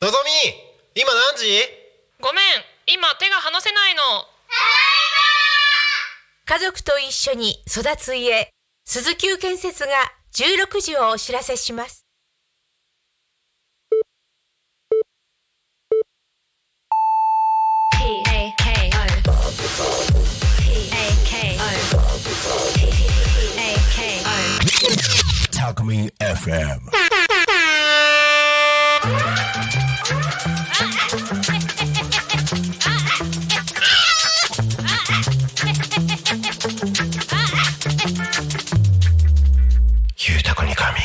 のぞみ、今何時？ ごめん、今手が離せないの。 家族と一緒に育つ家、鈴木建設が16時をお知らせします。 タコミン FM。ゆうたこに神。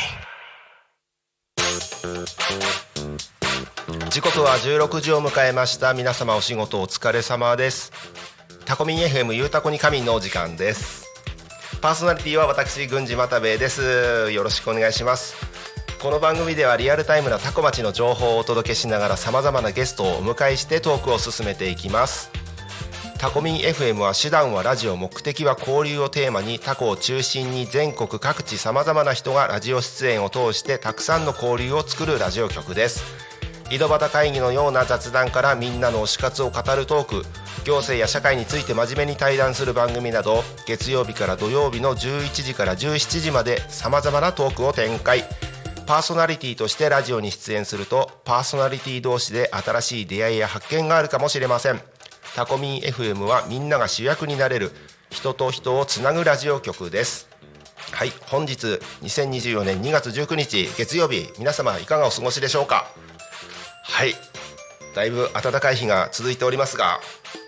時刻は16時を迎えました。皆様お仕事お疲れ様です。タコミン FM ゆうたこに神のお時間です。パーソナリティは私、郡司又兵衛です。よろしくお願いします。この番組ではリアルタイムなタコ町の情報をお届けしながら様々なゲストをお迎えしてトークを進めていきます。タコミン FM は手段はラジオ、目的は交流をテーマに、タコを中心に全国各地様々な人がラジオ出演を通してたくさんの交流を作るラジオ局です。井戸端会議のような雑談からみんなの推し活を語るトーク、行政や社会について真面目に対談する番組など、月曜日から土曜日の11時から17時まで様々なトークを展開。パーソナリティとしてラジオに出演すると、パーソナリティ同士で新しい出会いや発見があるかもしれません。タコミン FM はみんなが主役になれる人と人をつなぐラジオ局です。はい、本日2024年2月19日月曜日、皆様いかがお過ごしでしょうか。はい、だいぶ暖かい日が続いておりますが、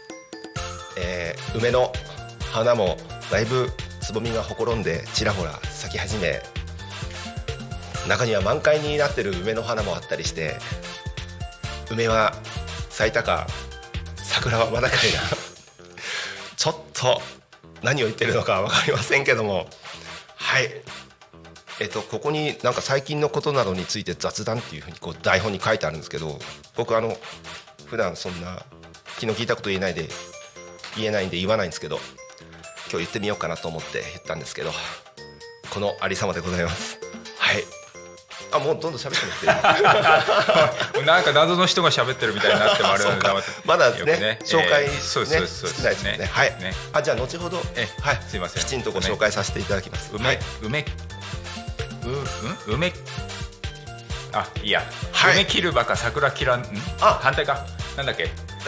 梅の花もだいぶつぼみがほころんでちらほら咲き始め、中には満開になってる梅の花もあったりして、梅は咲いたか桜はまだかいなちょっと何を言ってるのか分かりませんけども、はい、ここになんか最近のことなどについて雑談っていうふうにこう台本に書いてあるんですけど、僕普段そんな気の利いたこと言えないんで言わないんですけど、今日言ってみようかなと思って言ったんですけど、このありさまでございます。はい、あ、もうどんどん喋ってなくてなんか謎の人が喋ってるみたいになってもあれなんでまだね、紹介そう少ないですね。はい、じゃあ後ほど、はい、 すいません、 きちんとご紹介させていただきます。 あ、いいや、梅切るバカ桜切らん、反対か、なんだっけ、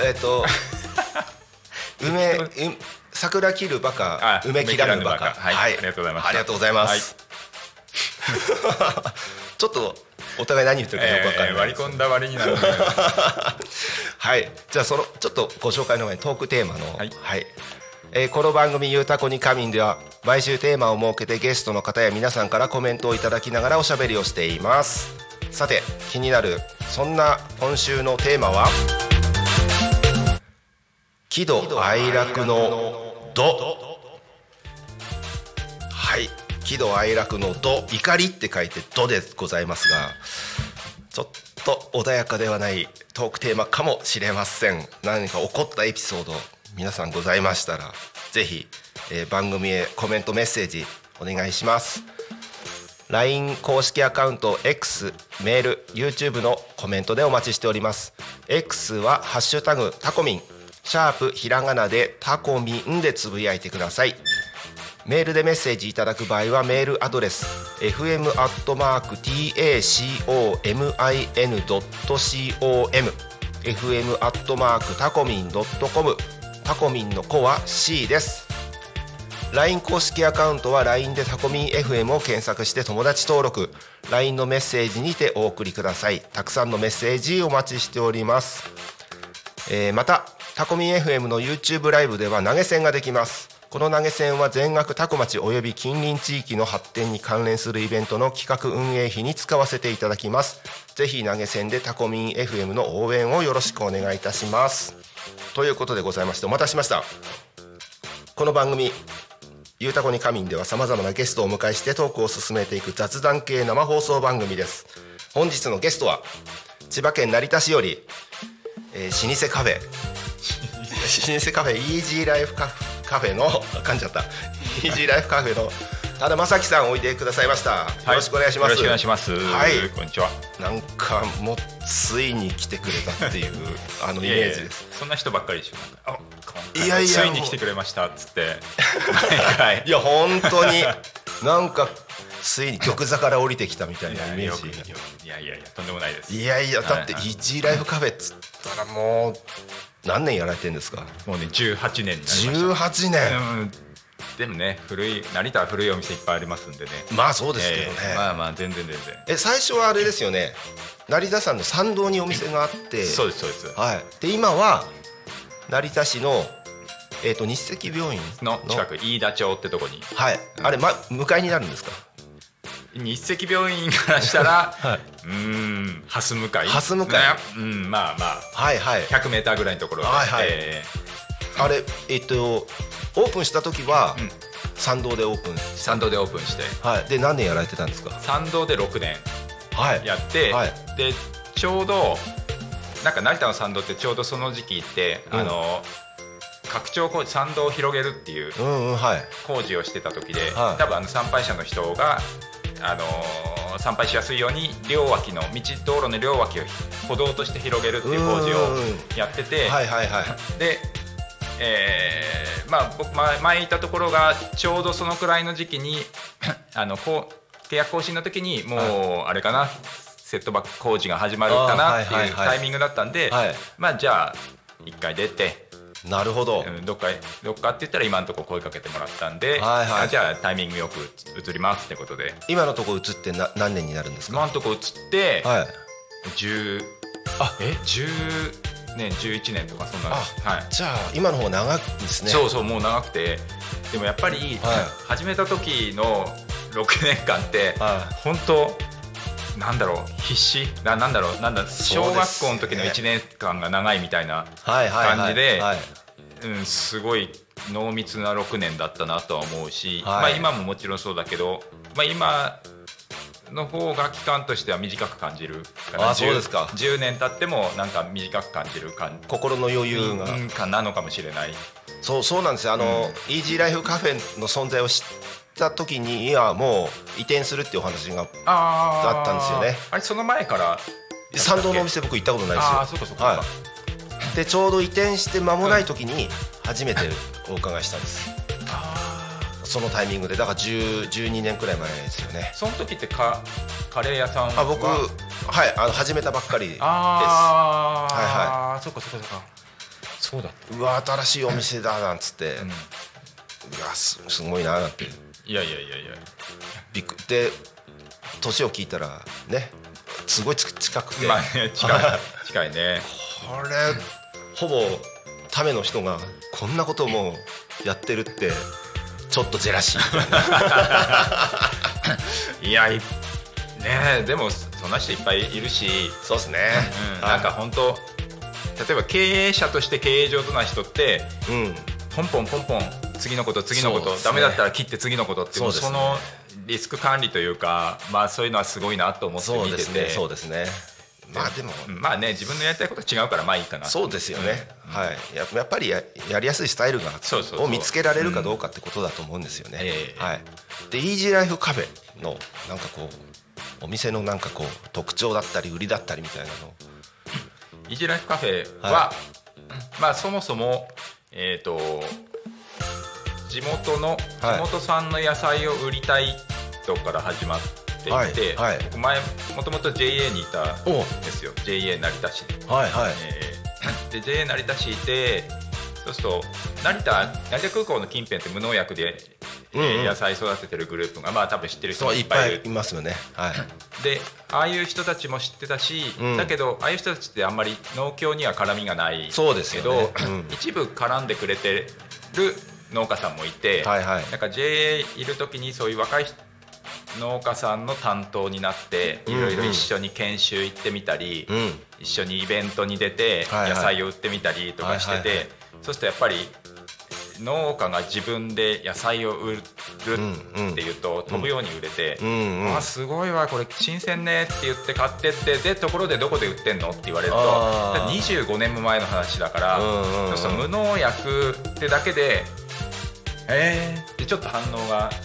桜切るバカ梅切らぬバカ。はい、ありがとうございます。 ありがとうございます。ちょっとお互い何言ってるかよく分からない、 割り込んだ割になるはい、じゃあちょっとご紹介の前にトークテーマの、はい、この番組ゆうたこに仮眠では毎週テーマを設けてゲストの方や皆さんからコメントをいただきながらおしゃべりをしています。さて気になるそんな今週のテーマは、喜怒哀楽の怒。はい、喜怒哀楽の怒、怒りって書いて怒でございますが、ちょっと穏やかではないトークテーマかもしれません。何か起こったエピソード皆さんございましたらぜひ、番組へコメントメッセージお願いします。 LINE 公式アカウント X、 メール、 YouTube のコメントでお待ちしております。 X はハッシュタグタコミン、シャープひらがなでタコミンでつぶやいてください。メールでメッセージいただく場合はメールアドレス fm@tacomin.com、 fm@tacomin.com、 タコミンの子は C です。 LINE 公式アカウントは LINE でタコミン FM を検索して友達登録、 LINE のメッセージにてお送りください。たくさんのメッセージお待ちしております。またタコミン FM の YouTube ライブでは投げ銭ができます。この投げ銭は全額タコ町および近隣地域の発展に関連するイベントの企画運営費に使わせていただきます。ぜひ投げ銭でタコミン FM の応援をよろしくお願いいたします。ということでございまして、お待たせしました。この番組ゆうたこに仮眠では様々なゲストをお迎えしてトークを進めていく雑談系生放送番組です。本日のゲストは千葉県成田市より、老舗カフェイージーライフカフェのイージーライフカフェの多田正樹さんおいでくださいました、よろしくお願いします。 よろしくお願いします。 はい、 こんにちは。 なんかもうついに来てくれたっていうイメージです。 そんな人ばっかりでしょ。 いやいやついに来てくれましたっつっていや本当になんかついに玉座から降りてきたみたいなイメージ。 いやとんでもないです。 いやだってイージーライフカフェっつったらもう何年やられてるんですか？ もうね18年になりました。 18年、 でもね成田は古いお店いっぱいありますんでね。 まあそうですけどね、 まあ全然最初はあれですよね、成田山の参道にお店があって、 そうです、 はい、で今は成田市の日赤病院の近く飯田町ってとこに、 はい、あれ、向かいになるんですか？ 日赤病院からしたら、はい、蓮向かい、まあはいはい、 100メーターぐらいのところで、 はいはい、あれオープンした時は、参道でオープンして、 はい、で何年やられてたんですか？ 参道で6年やって、 はい、 でちょうどなんか成田の参道ってちょうどその時期って、拡張工事、参道を広げるっていう工事をしてた時で、多分参拝者の人が参拝しやすいように両脇の道路の両脇を歩道として広げるっていう工事をやってて、で僕前いたところがちょうどそのくらいの時期に契約更新の時にもうあれかな、セットバック工事が始まるかなっていうタイミングだったんで、じゃあ一回出て、 なるほど、 どっかって言ったら今のところ声かけてもらったんで、じゃあタイミングよく移りますってことで。 今のところ移って何年になるんですか？ 今のところ移って、10年11年とかそんな。 じゃあ今の方が長いですね。 そうもう長くて、でもやっぱり、始めた時の6年間って本当なんだろう、必死なんだろう、小学校の時の1年間が長いみたいな感じで、すごい濃密な6年だったなとは思うし、今ももちろんそうだけど、今の方が期間としては短く感じるかな。 そうですか。 10年経ってもなんか短く感じる心の余裕がなのかもしれない。 そうなんですよ。イージーライフカフェの存在を知った時に、いやもう移転するっていうお話があったんですよね。 あれその前から参道のお店僕行ったことないですよ。 そうか、 でちょうど移転して間もない時に初めてお伺いしたんです。そのタイミングで、だから12年くらい前ですよね。 その時ってカレー屋さんは僕始めたばっかりです。そうかそうだった。 うわ新しいお店だなんつって、うわすごいななんて。 いやびっくりで、年を聞いたらね、すごい近くて、 近いね。 これほぼための人がこんなこともやってるってちょっとジェラシーいやね、でもそんな人いっぱいいるし。 そうですね、 なんか本当例えば経営者として経営上手な人って、ポンポン次のことダメだったら切って次のことっていう、そのリスク管理というか、そういうのはすごいなと思って見てて。 そうですね。でも自分のやりたいことは違うからいいかな。 そうですよね、やっぱり やりやすいスタイルを見つけられるかどうかってことだと思うんですよね。でイージーライフカフェのなんかこうお店のなんかこう特徴だったり売りだったりみたいなの。 イージーライフカフェは、そもそも地元産の野菜を売りたいとこから始まっていて、僕前もともと JA にいたんですよ。 JA 成田市で JA 成田市いて、そうすると成田空港の近辺って無農薬で野菜育ててるグループが多分知ってる人もいっぱいいる。 いますよね。 でああいう人たちも知ってたし、だけどああいう人たちってあんまり農協には絡みがないけど、一部絡んでくれてる農家さんもいて、なんか JA いる時にそういう若い農家さんの担当になっていろいろ一緒に研修行ってみたり、一緒にイベントに出て野菜を売ってみたりとかしてて、そうするとやっぱり農家が自分で野菜を売るっていうと飛ぶように売れて、すごいわこれ新鮮ねって言って買ってって、でところでどこで売ってんのって言われると、25年も前の話だから、そうすると無農薬ってだけででちょっと反応が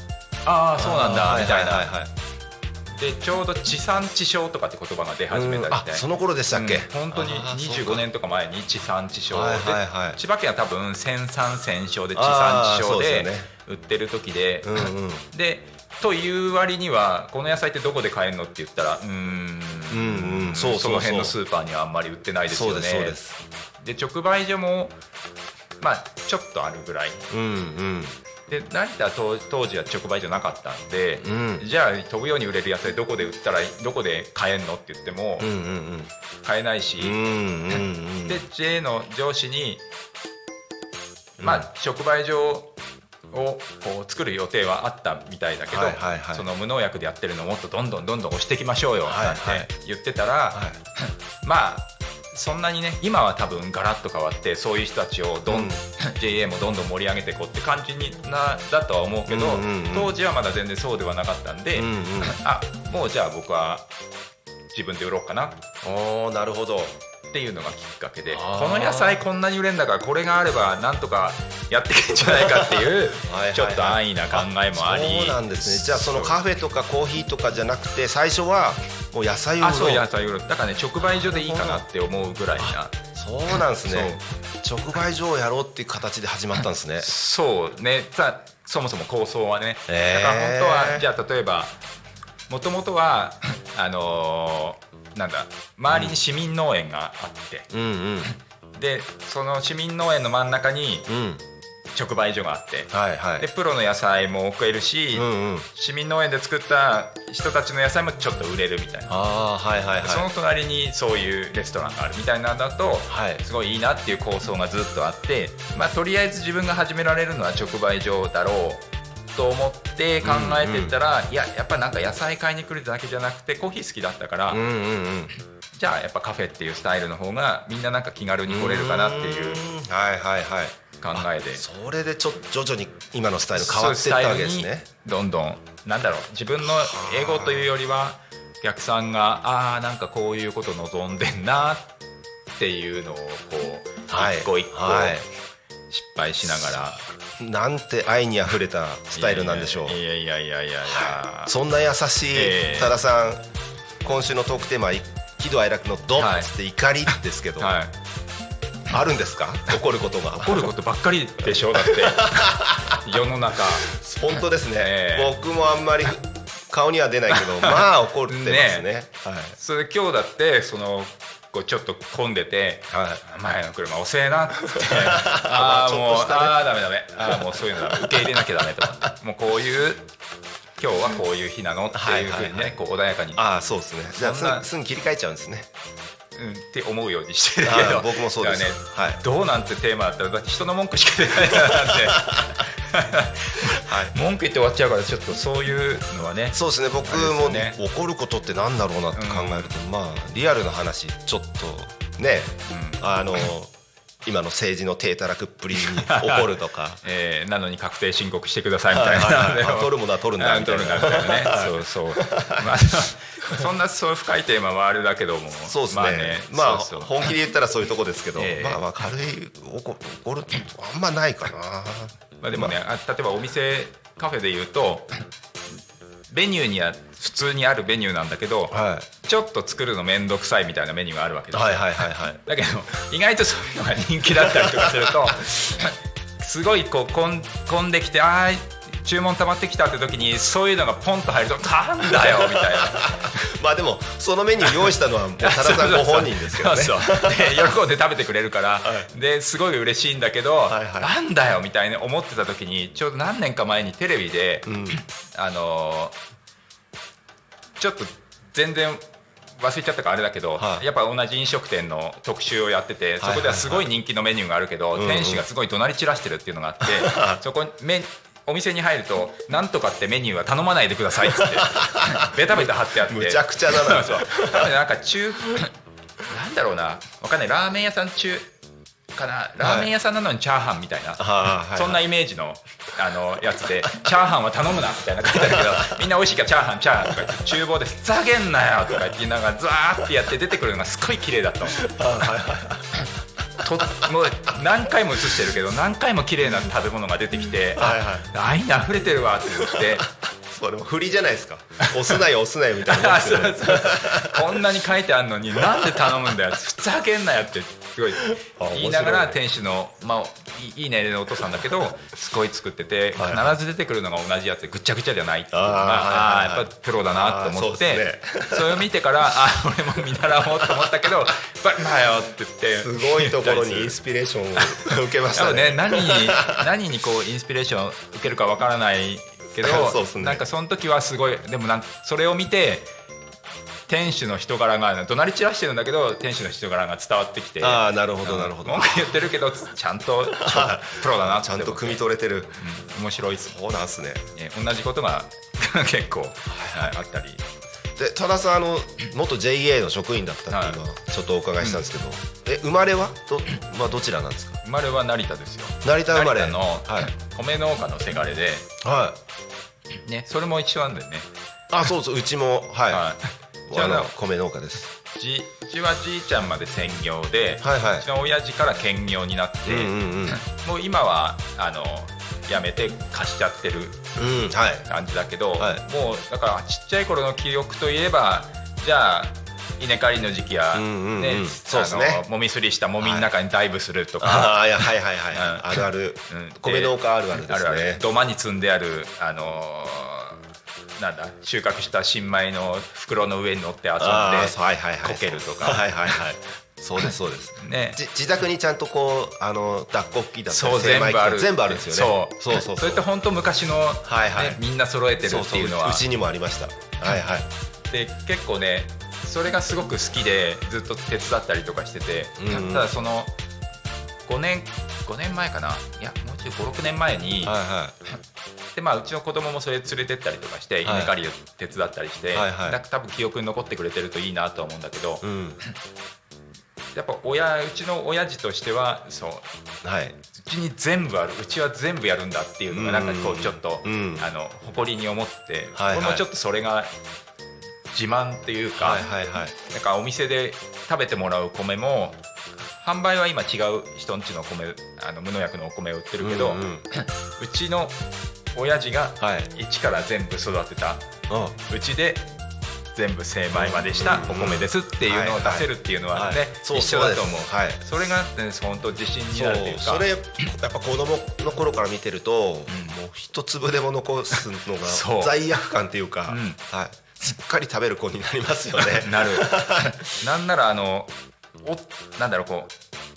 ああそうなんだみたいな。でちょうど地産地消とかって言葉が出始めたみたいな。 その頃でしたっけ。 本当に25年とか前に地産地消で、千葉県は多分専産専消で地産地消で売ってる時で、でという割にはこの野菜ってどこで買えるのって言ったらその辺のスーパーにはあんまり売ってないですよね。そうです。で直売所もまあちょっとあるぐらい。で成田当時は直売所なかったんで、じゃあ飛ぶように売れる野菜どこで売ったらどこで買えんのって言っても買えないし、で JA の上司にまあ直売所をこう作る予定はあったみたいだけど、その無農薬でやってるのをもっとどんどん押していきましょうよなんて言ってたら、まあそんなにね今は多分ガラッと変わってそういう人たちをJA もどんどん盛り上げていこうって感じだとは思うけど、当時はまだ全然そうではなかったんで、あもうじゃあ僕は自分で売ろうかな。 なるほどっていうのがきっかけで、この野菜こんなに売れるんだからこれがあればなんとかやっていけんじゃないかっていうちょっと安易な考えもあり。 そうなんですね。じゃあそのカフェとかコーヒーとかじゃなくて最初はもう野菜を売ろう。 そう野菜を売ろう。だからね直売所でいいかなって思うぐらいな。 そうなんですね。直売所をやろうっていう形で始まったんですね。 そうね。そもそも構想はね。だから本当はじゃあ例えばもともとはなんだ周りに市民農園があって、でその市民農園の真ん中に直売所があって、でプロの野菜も食えるし、市民農園で作った人たちの野菜もちょっと売れるみたいな。その隣にそういうレストランがあるみたいなんだと、すごいいいなっていう構想がずっとあって、まあとりあえず自分が始められるのは直売所だろうと思って考えてたら、やっぱなんか野菜買いに来るだけじゃなくてコーヒー好きだったから、じゃあやっぱカフェっていうスタイルの方がみんななんか気軽に来れるかなっていう考えで、 それで徐々に今のスタイル変わっていったわけですね。 どんどんなんだろう自分の英語というよりはお客さんがなんかこういうこと望んでんなっていうのをこう一個一個失敗しながら。 なんて愛にあふれたスタイルなんでしょう。 いやそんな優しい多田さん、今週のトークテーマ喜怒哀楽のドッつって怒りですけど、あるんですか？怒ることが。 怒ることばっかりでしょだって世の中。 本当ですね。僕もあんまり顔には出ないけどまあ怒ってますね。 それ今日だってこうちょっと混んでて、前の車遅えなってもうダメもうそういうの受け入れなきゃダメとかもうこういう今日はこういう日なのっていうふうにねこう穏やかに。 そうですね。じゃあすぐ切り替えちゃうんですね。 って思うようにしてるけど、 僕もそうです。 どうなんてテーマだったらだって人の文句しか出ないからなんて文句言って終わっちゃうからちょっとそういうのはね。 そうですね。僕も怒ることってなんだろうなって考えると、まあリアルな話ちょっとね、今の政治の手たらくっぷりに怒るとかなのに確定申告してくださいみたいな、 取るものは取るんだみたいなね。 そうまあそんなそう深いテーマはあれだけども、 そうですね。まあ本気で言ったらそういうとこですけど、まあ軽い怒るってあんまないかな。 まあでもね、例えばお店カフェで言うとメニューには普通にあるメニューなんだけど、ちょっと作るの面倒くさいみたいなメニューがあるわけですよ。だけど意外とそういうのが人気だったりとかするとすごいこう混んできて注文溜まってきたって時にそういうのがポンと入るとなんだよみたいなまあでもそのメニュー用意したのは多田さんご本人ですけどね。 そうで喜んで食べてくれるから、ですごい嬉しいんだけど、なんだよみたいに思ってた時にちょうど何年か前にテレビで、ちょっと全然忘れちゃったかあれだけど、やっぱ同じ飲食店の特集をやってて、そこではすごい人気のメニューがあるけど、店主がすごい怒鳴り散らしてるっていうのがあってそこにお店に入るとなんとかってメニューは頼まないでくださいってベタベタ貼ってあってむちゃくちゃだな。 そうなんかなんだろうなわかんないラーメン屋さんかな、ラーメン屋さんなのにチャーハンみたいな、そんなイメージのやつでチャーハンは頼むなみたいな書いてあるけどみんな美味しいからチャーハンとか言って厨房でふざけんなよとか言ってなんかザーってやって出てくるのがすごい綺麗だったの。もう何回も映してるけど何回も綺麗な食べ物が出てきて愛にあふれてるわって言ってそれも振りじゃないですか。押すなよ押すなよみたいなそうこんなに書いてあるのになんで頼むんだよ、ふざけんなよってすごい言いながら、店主の、いい年齢のお父さんだけどすごい作ってて、必ず出てくるのが同じやつでぐっちゃぐちゃじゃないっていうのが、やっぱプロだなと思って、それを見てから俺も見習おうと思ったけどバカだよって言って、 すごいところにインスピレーションを受けましたね。 何にこうインスピレーションを受けるかわからないけどなんかその時はすごい、でもそれを見て店主の人柄が怒鳴り散らしてるんだけど、店主の人柄が伝わってきて、 なるほどなるほど、 文句言ってるけどちゃんとプロだなってちゃんと汲み取れてる、 面白い。 そうなんですね。 同じことが結構あったりで、多田さん元 JA の職員だったっていうのはちょっとお伺いしたんですけど、生まれはどちらなんですか？ 生まれは成田ですよ。 成田生まれの米農家のせがれで、それも一緒なんだよね。 そうそう、うちも米農家です。 うちはじいちゃんまで専業で、うちの親父から兼業になって、もう今はやめて貸しちゃってる感じだけど、もうだからちっちゃい頃の記憶といえば、じゃあ稲刈りの時期やもみすりしたもみの中にダイブするとか、 あるある、米農家あるあるですね。 土間に積んであるなんだ、収穫した新米の袋の上に乗って遊んでこけるとか、 そうですそうですね。自宅にちゃんとこう脱穀機だったり全部あるんですよね。 そうそれって本当昔のみんな揃えてるっていうのはうちにもありました。 で結構ね、それがすごく好きでずっと手伝ったりとかしてて、ただその5年前かな、いやもうちょい 5,6 年前に、でうちの子供もそれ連れてったりとかして稲刈りを手伝ったりして、多分記憶に残ってくれてるといいなと思うんだけど、やっぱうちの親父としてはそう、うちに全部ある、うちは全部やるんだっていうのがなんかこうちょっと誇りに思って、僕もちょっとそれが自慢っていうか、なんかお店で食べてもらう米も販売は今違う人んちの米、無農薬のお米を売ってるけど、うちの親父が一から全部育てた、うちで全部精米までしたお米ですっていうのを出せるっていうのはね、一緒だと思う。それが本当自信になるというか、 それやっぱ子供の頃から見てると、もう一粒でも残すのが罪悪感っていうか、しっかり食べる子になりますよね。 なる。なんならなんだろう、こう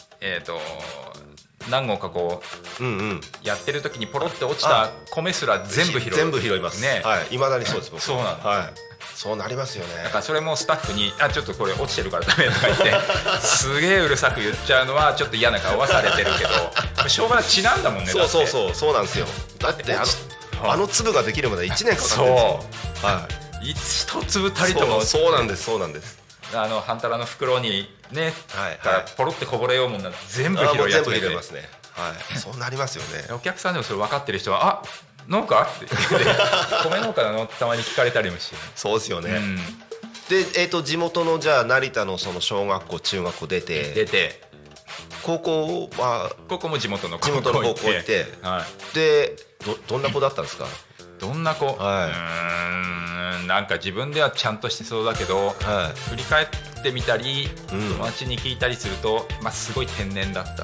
何号かこうやってる時にポロって落ちた米すら全部拾いますね。未だにそうです。 そうなの。 そうなりますよね。 だからそれもスタッフにちょっとこれ落ちてるからダメとか言ってすげえうるさく言っちゃうのはちょっと嫌な顔はされてるけど、しょうがない、血なんだもんね。 そうなんですよ。だって粒ができるまで1年かかってるんですよ。 一粒たりとも。 そうなんです。 半たらの袋にね、ポロってこぼれようもんなら全部拾い集めて、 ますね。そうなりますよね。 お客さんでもそれ分かってる人は農家って言って米農家なのってたまに聞かれたりもして。 そうですよね。で地元のじゃあ成田のその小学校中学校出て高校も地元の高校行って、 でどんな子だったんですか？ どんな子、なんか自分ではちゃんとしてそうだけど、振り返ってみたり、友達に聞いたりすると、すごい天然だった。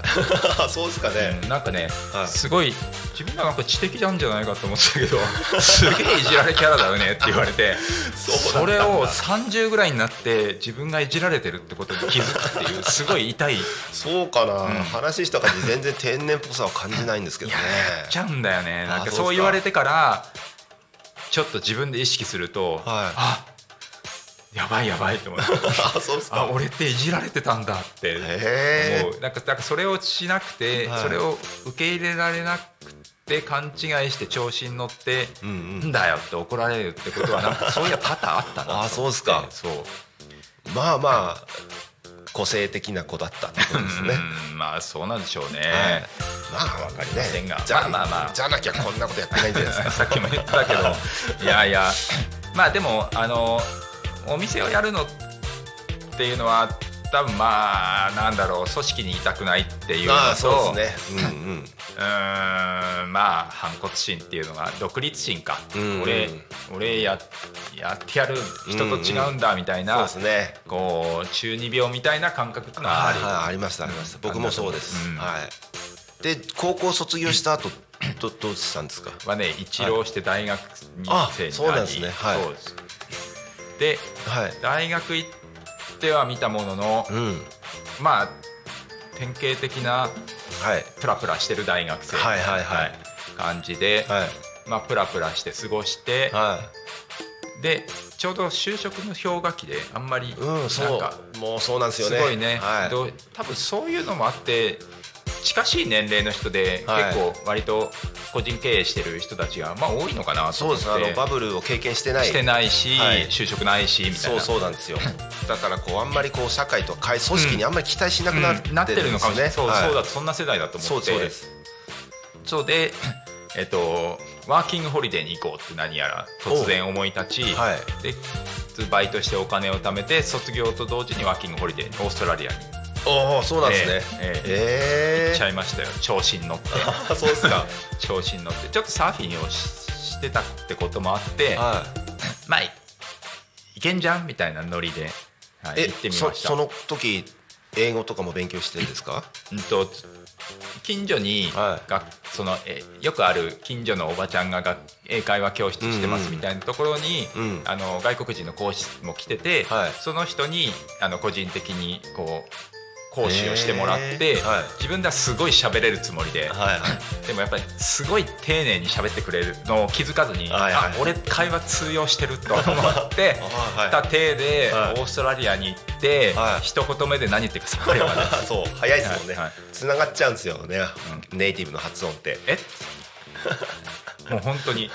そうですかね。 なんかね、すごい自分がなんか知的なんじゃないかと思ってたけどすげえいじられキャラだよねって言われてそれを30ぐらいになって自分がいじられてるってことに気づくっていう、すごい痛い。 そうかな、話した感じ全然天然っぽさは感じないんですけどね。 やっちゃうんだよね。なんかそう言われてからちょっと自分で意識すると、やばいと思って俺っていじられてたんだって思う。なんかそれをしなくて、それを受け入れられなくて勘違いして調子に乗ってんだよって怒られるってことはなんかそういや多々あったな。 そうですか。個性的な子だったってことですね。 そうなんでしょうね。分かりませんが、 じゃなきゃこんなことやってないんじゃないですか。 さっきも言ったけどいやでもお店をやるのっていうのは多分まあなんだろう、組織にいたくないっていうのと、 そうですね、 まあ反骨心っていうのが、独立心か、俺やってやる、人と違うんだみたいな、 そうですね、 こう中二病みたいな感覚っていうのはありました。僕もそうです。はい。で高校卒業した後どうしたんですか？ はね、一浪して大学に生になり、 そうなんですね。はい。 そうです。で、大学行っては見たものの、まあ典型的なプラプラしてる大学生みたいな感じで、まあプラプラして過ごして、でちょうど就職の氷河期であんまりなんかもうそうなんですよね。 すごいね。多分そういうのもあって、近しい年齢の人で結構割と個人経営してる人たちがまあ多いのかなと思って。 そうです。バブルを経験してないし、就職ないしみたいな。 そうなんですよ。だからこうあんまりこう社会とか組織にあんまり期待しなくなってるんですね。 なってるのかもしれない。そうだ、そんな世代だと思って。 そうです。 そうで、ワーキングホリデーに行こうって何やら突然思い立ち、でバイトしてお金を貯めて、卒業と同時にワーキングホリデーにオーストラリアに。 そうなんですね。 行っちゃいましたよ、調子に乗って。 そうですか。 調子に乗ってちょっとサーフィンをしてたってこともあって、まあいけんじゃんみたいなノリで、行ってみました。 その時英語とかも勉強してるんですか？ 近所に、よくある近所のおばちゃんが英会話教室してますみたいなところに、外国人の講師も来てて、その人に個人的にこう講師をしてもらって、自分ではすごい喋れるつもりで、でもやっぱりすごい丁寧に喋ってくれるのを気づかずに、俺会話通用してると思ってた体でオーストラリアに行って、一言目で何言ってるかさっぱり分からない。 そう早いですもんね。つながっちゃうんですよね、ネイティブの発音って。 もう本当に。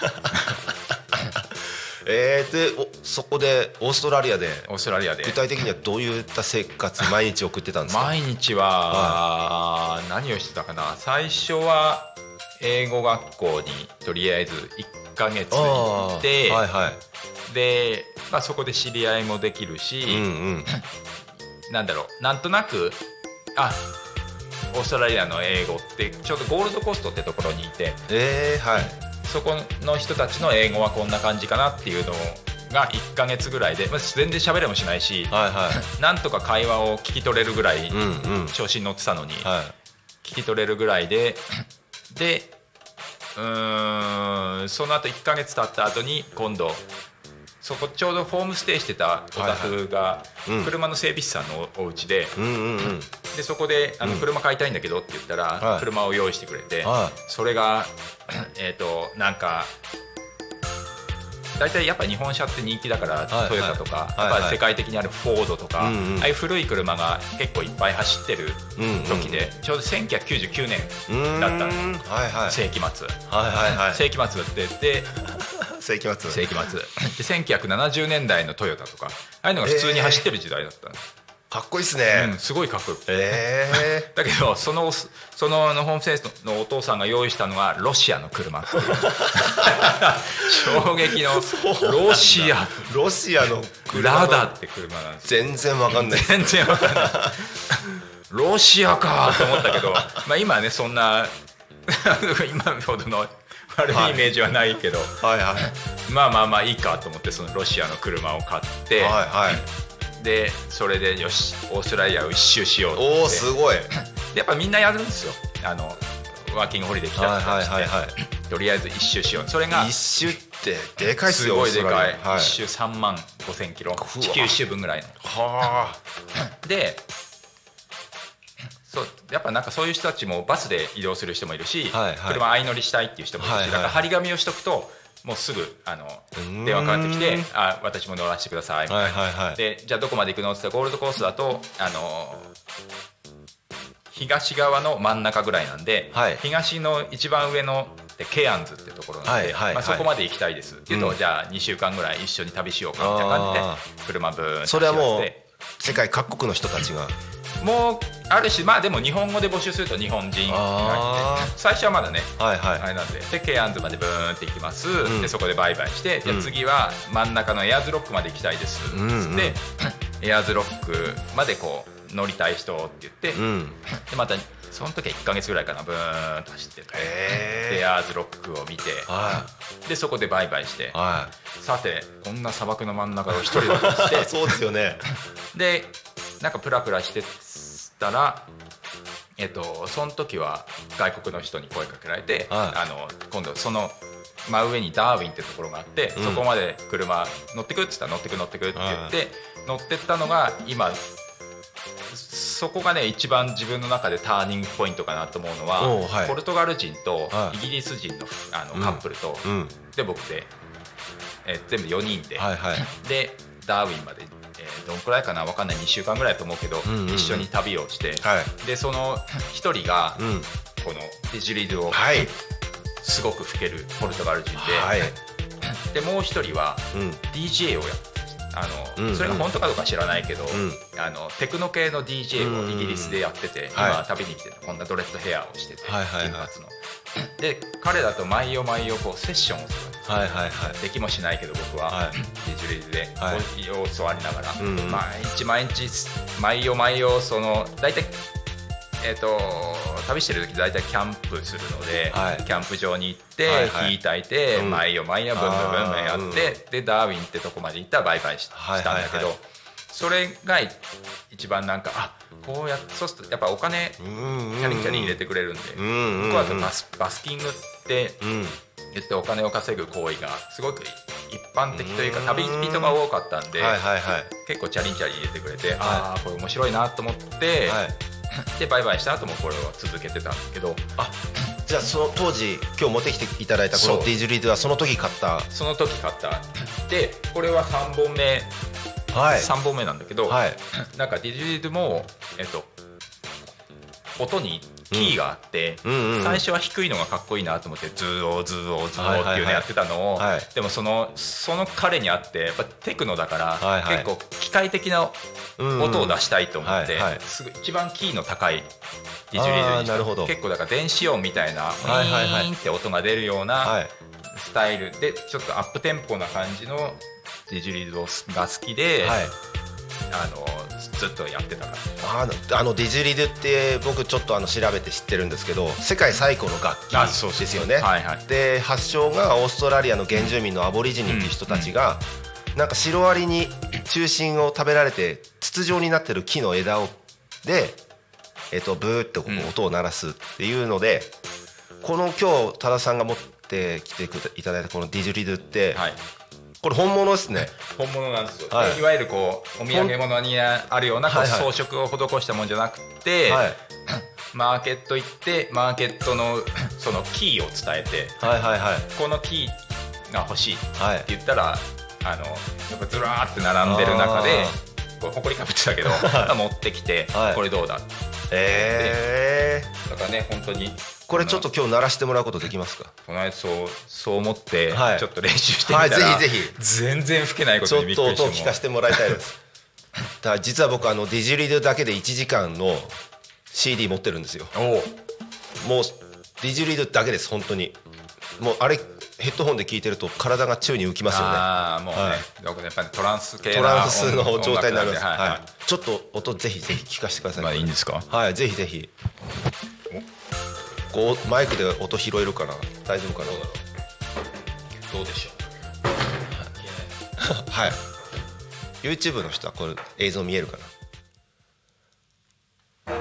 でそこでオーストラリアで具体的にはどういった生活毎日送ってたんですか？ 毎日は何をしてたかな。最初は英語学校にとりあえず1ヶ月行って、で、そこで知り合いもできるし、なんだろう、なんとなくオーストラリアの英語ってちょうどゴールドコーストってところにいて、そこの人たちの英語はこんな感じかなっていうのが1ヶ月ぐらいで、全然喋れもしないし、なんとか会話を聞き取れるぐらい調子に乗ってたのに、聞き取れるぐらいで、その後1ヶ月経った後に今度そこちょうどホームステイしてたお宅が車の整備士さんのお家で、でそこで車買いたいんだけどって言ったら車を用意してくれて、それがなんか大体やっぱ日本車って人気だから、トヨタとかやっぱ世界的にあるフォードとか、ああいう古い車が結構いっぱい走ってる時で、ちょうど1999年だったの、世紀末。世紀末って言って世紀末で1970年代のトヨタとか、ああいうのが普通に走ってる時代だったの。 かっこいいですね。 すごいかっこよくて、だけどそのホームセンスのお父さんが用意したのがロシアの車っていう衝撃のロシアの車、 ラダって車なんです。 全然わかんない。 ロシアかと思ったけど、今はねそんな今ほどの悪いイメージはないけど、まあいいかと思ってそのロシアの車を買って、でそれでよしオーストラリアを一周しようって。 すごい。 やっぱみんなやるんですよ、ワーキングホリデー来た人たちって、とりあえず一周しよう。それが一周ってでかいっすよ。 すごいでかい、一周3万5000キロ、地球一周分ぐらいの。でやっぱなんかそういう人たちもバスで移動する人もいるし、車相乗りしたいっていう人もいるし、だから張り紙をしとくともうすぐ電話かかってきて、私も乗らせてくださいみたいな。でじゃあどこまで行くのって言ったら、ゴールドコーストだと東側の真ん中ぐらいなんで、東の一番上のケアンズってところなんで、そこまで行きたいですって言うと、じゃあ2週間ぐらい一緒に旅しようかみたいな感じで車ブーンと。 それはもう世界各国の人たちがもうあるし、でも日本語で募集すると日本人がいて、最初はまだね、あれなんで、ケアンズまでブーンって行きます、でそこでバイバイして、じゃあ次は真ん中のエアーズロックまで行きたいですつって、エアーズロックまでこう乗りたい人って言って、でまたその時は1ヶ月ぐらいかな、ブーンと走ってて、デアーズロックを見て、でそこでバイバイして、さてこんな砂漠の真ん中を一人で走ってそうですよね。 でなんかプラプラしてたら、その時は外国の人に声かけられて、今度その真上にダーウィンってところがあって、そこまで車乗ってくって言ったら乗ってくって言って、乗ってったのが今そこがね一番自分の中でターニングポイントかなと思うのは、ポルトガル人とイギリス人のカップルと、で僕で、全部4人で、でダーウィンまで、どんくらいかな分かんない、2週間ぐらいだと思うけど、一緒に旅をして、でその1人が、このディジュリドを、すごく吹けるポルトガル人で、でもう1人は DJ をやってそれが本当かどうか知らないけど、テクノ系の DJ をイギリスでやってて、今旅に来てこんなドレッドヘアをしてて、金髪ので彼だと毎夜こうセッションをするんですよ。できもしないけど僕はディジュリルで教わりながら、毎日毎夜その大体旅してる時大体キャンプするので、キャンプ場に行って火焚いて、毎夜ブンブンやって、でダーウィンってとこまで行ったらバイバイしたんだけど、それが一番なんかこうやってそうするとやっぱお金キャリ入れてくれるんで、向こうはバスキングって言ってお金を稼ぐ行為がすごく一般的というか旅人が多かったんで、結構チャリ入れてくれて、これ面白いなと思って、でバイバイした後もこれを続けてたんだけど、 じゃあその当時今日持ってきていただいたこのディジュリドはその時買ったで、これは3本目、3本目なんだけど、なんかディジュリドも音にキーがあって、最初は低いのがかっこいいなと思ってズーオーズーオーズーオーっていうのやってたのを、でもその彼にあってやっぱテクノだから、結構機械的な音を出したいと思って、すぐ一番キーの高いディジュリドにして、結構だから電子音みたいなウィーンって音が出るようなスタイルでちょっとアップテンポな感じのディジュリドが好きで、ずっとやってたから。 ディジュリドって僕ちょっと調べて知ってるんですけど、世界最古の楽器ですよね。で発祥がオーストラリアの原住民のアボリジニっていう人たちが、なんかシロアリに中心を食べられて筒状になってる木の枝で、ブーってこう音を鳴らすっていうので、この今日多田さんが持ってきていただいたこのディジュリドって、これ本物ですね。 本物なんですよ。いわゆるこうお土産物にあるような装飾を施したもんじゃなくて、マーケット行ってマーケットのそのキーを伝えて、このキーが欲しいって言ったら、やっぱずらーって並んでる中でこれ埃かぶってたけど持ってきて、これどうだって、だからね本当に。 これちょっと今日鳴らしてもらうことできますか？ この間そう思ってちょっと練習してみたら、 ぜひ全然吹けないことにびっくりして、 ちょっと音を聞かせてもらいたいです。実は僕ディジュリドだけで1時間の CD 持ってるんですよ。もうディジュリドだけです本当に。もうあれヘッドホンで聞いてると体が宙に浮きますよね。 もうね、やっぱりトランス系なトランスの状態になります。ちょっと音ぜひ聞かせてください。 いいんですか？ ぜひ。こうマイクで音拾えるかな、大丈夫かな、 どうでしょう。YouTube の人はこれ映像見えるかな。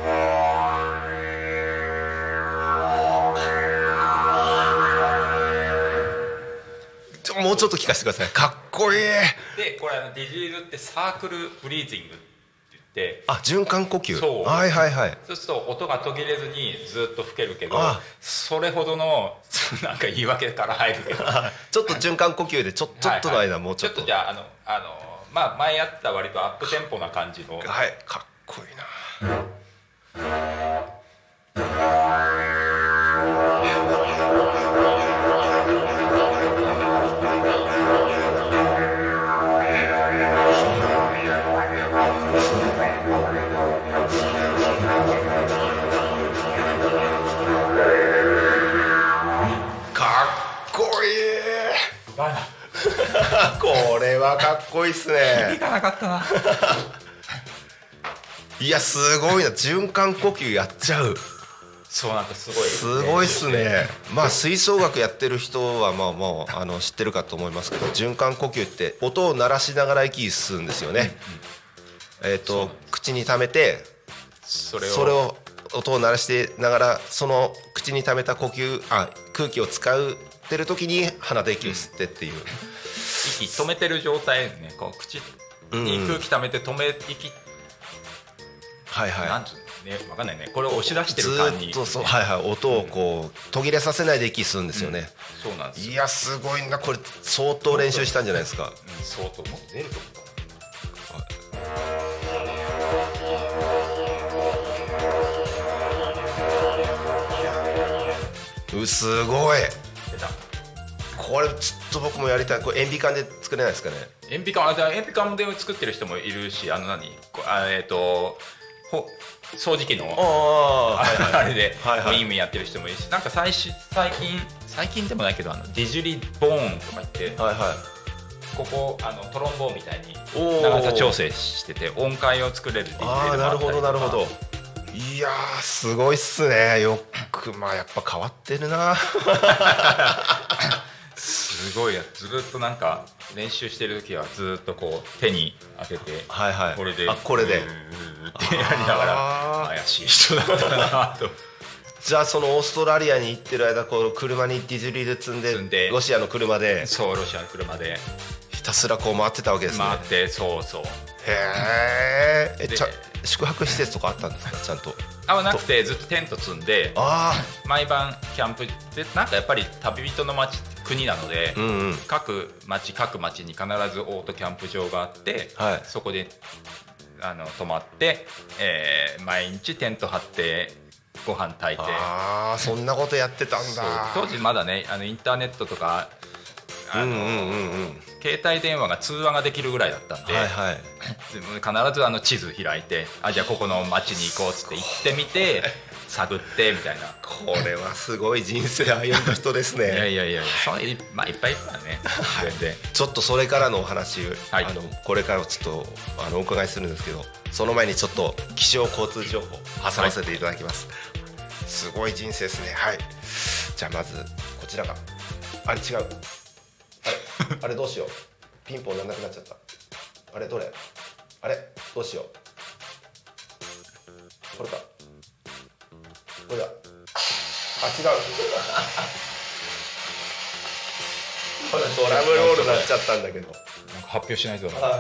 もうちょっと聞かせてください。かっこいい。 でこれディジュリドってサークルブリーズィング循環呼吸。 そうすると音が途切れずにずっと吹けるけど、それほどのなんか言い訳から入るけどちょっと循環呼吸でちょっとの間もうちょっとじゃあ前やった割とアップテンポな感じの、 かっこいいな。これはかっこいいっすね。 響かなかったな。 いやすごいな、循環呼吸やっちゃう。 そうなんかすごいっすね。まあ吹奏楽やってる人はまあもう知ってるかと思いますけど、循環呼吸って音を鳴らしながら息吸うんですよね。口に溜めてそれを音を鳴らしてながら、その口に溜めた空気を使ってる時に鼻で息を吸ってっていう、 息止めてる状態ね。こう口に空気溜めて止め息、なんつうね、分かんないね。これを押し出してる感じ、 ずっと音をこう途切れさせないで息吸うんですよね。 そうなんですよ。 いやすごいな、これ相当練習したんじゃないですか。 相当もっと出ると思うかな。すごい。これちょっと僕もやりたい。これ塩ビ管で作れないですかね。 塩ビ管で作ってる人もいるし、掃除機のあれでウィンウィンやってる人もいるし、なんか最近でもないけどディジュリボーンとか言って、ここトロンボーンみたいに長さ調整してて音階を作れるディジュリでもあったりとか。 なるほど。いやーすごいっすね。よくやっぱ変わってるな。 すごいや。ずっとなんか練習してる時はずっとこう手に当てて、これでってやりながら怪しい人だったなと。 じゃあそのオーストラリアに行ってる間、こう車にディジュリで積んでロシアの車でロシアの車でひたすらこう回ってたわけですね。 回って、そう。 へえ。宿泊施設とかあったんですか、ちゃんと。 なくてずっとテント積んで毎晩キャンプで、なんかやっぱり旅人の国なので、各町に必ずオートキャンプ場があって、そこで泊まって、毎日テント張ってご飯炊いて。 そんなことやってたんだ。 当時まだねインターネットとか携帯電話が通話ができるぐらいだったんで、必ず地図開いて、じゃあここの町に行こうっつって行ってみて探ってみたいな。 これはすごい人生歩んだ人ですね。 いやいっぱいいっぱいね。 ちょっとそれからのお話、これからちょっとお伺いするんですけど、その前にちょっと気象交通情報挟ませていただきます。すごい人生ですね。じゃあまずこちらが違う。あれどうしよう。ピンポンなんなくなっちゃった。あれどれ？どうしよう。これか。これだ。違う。これドラムロールになっちゃったんだけど。 なんか発表しないとな。 どれ？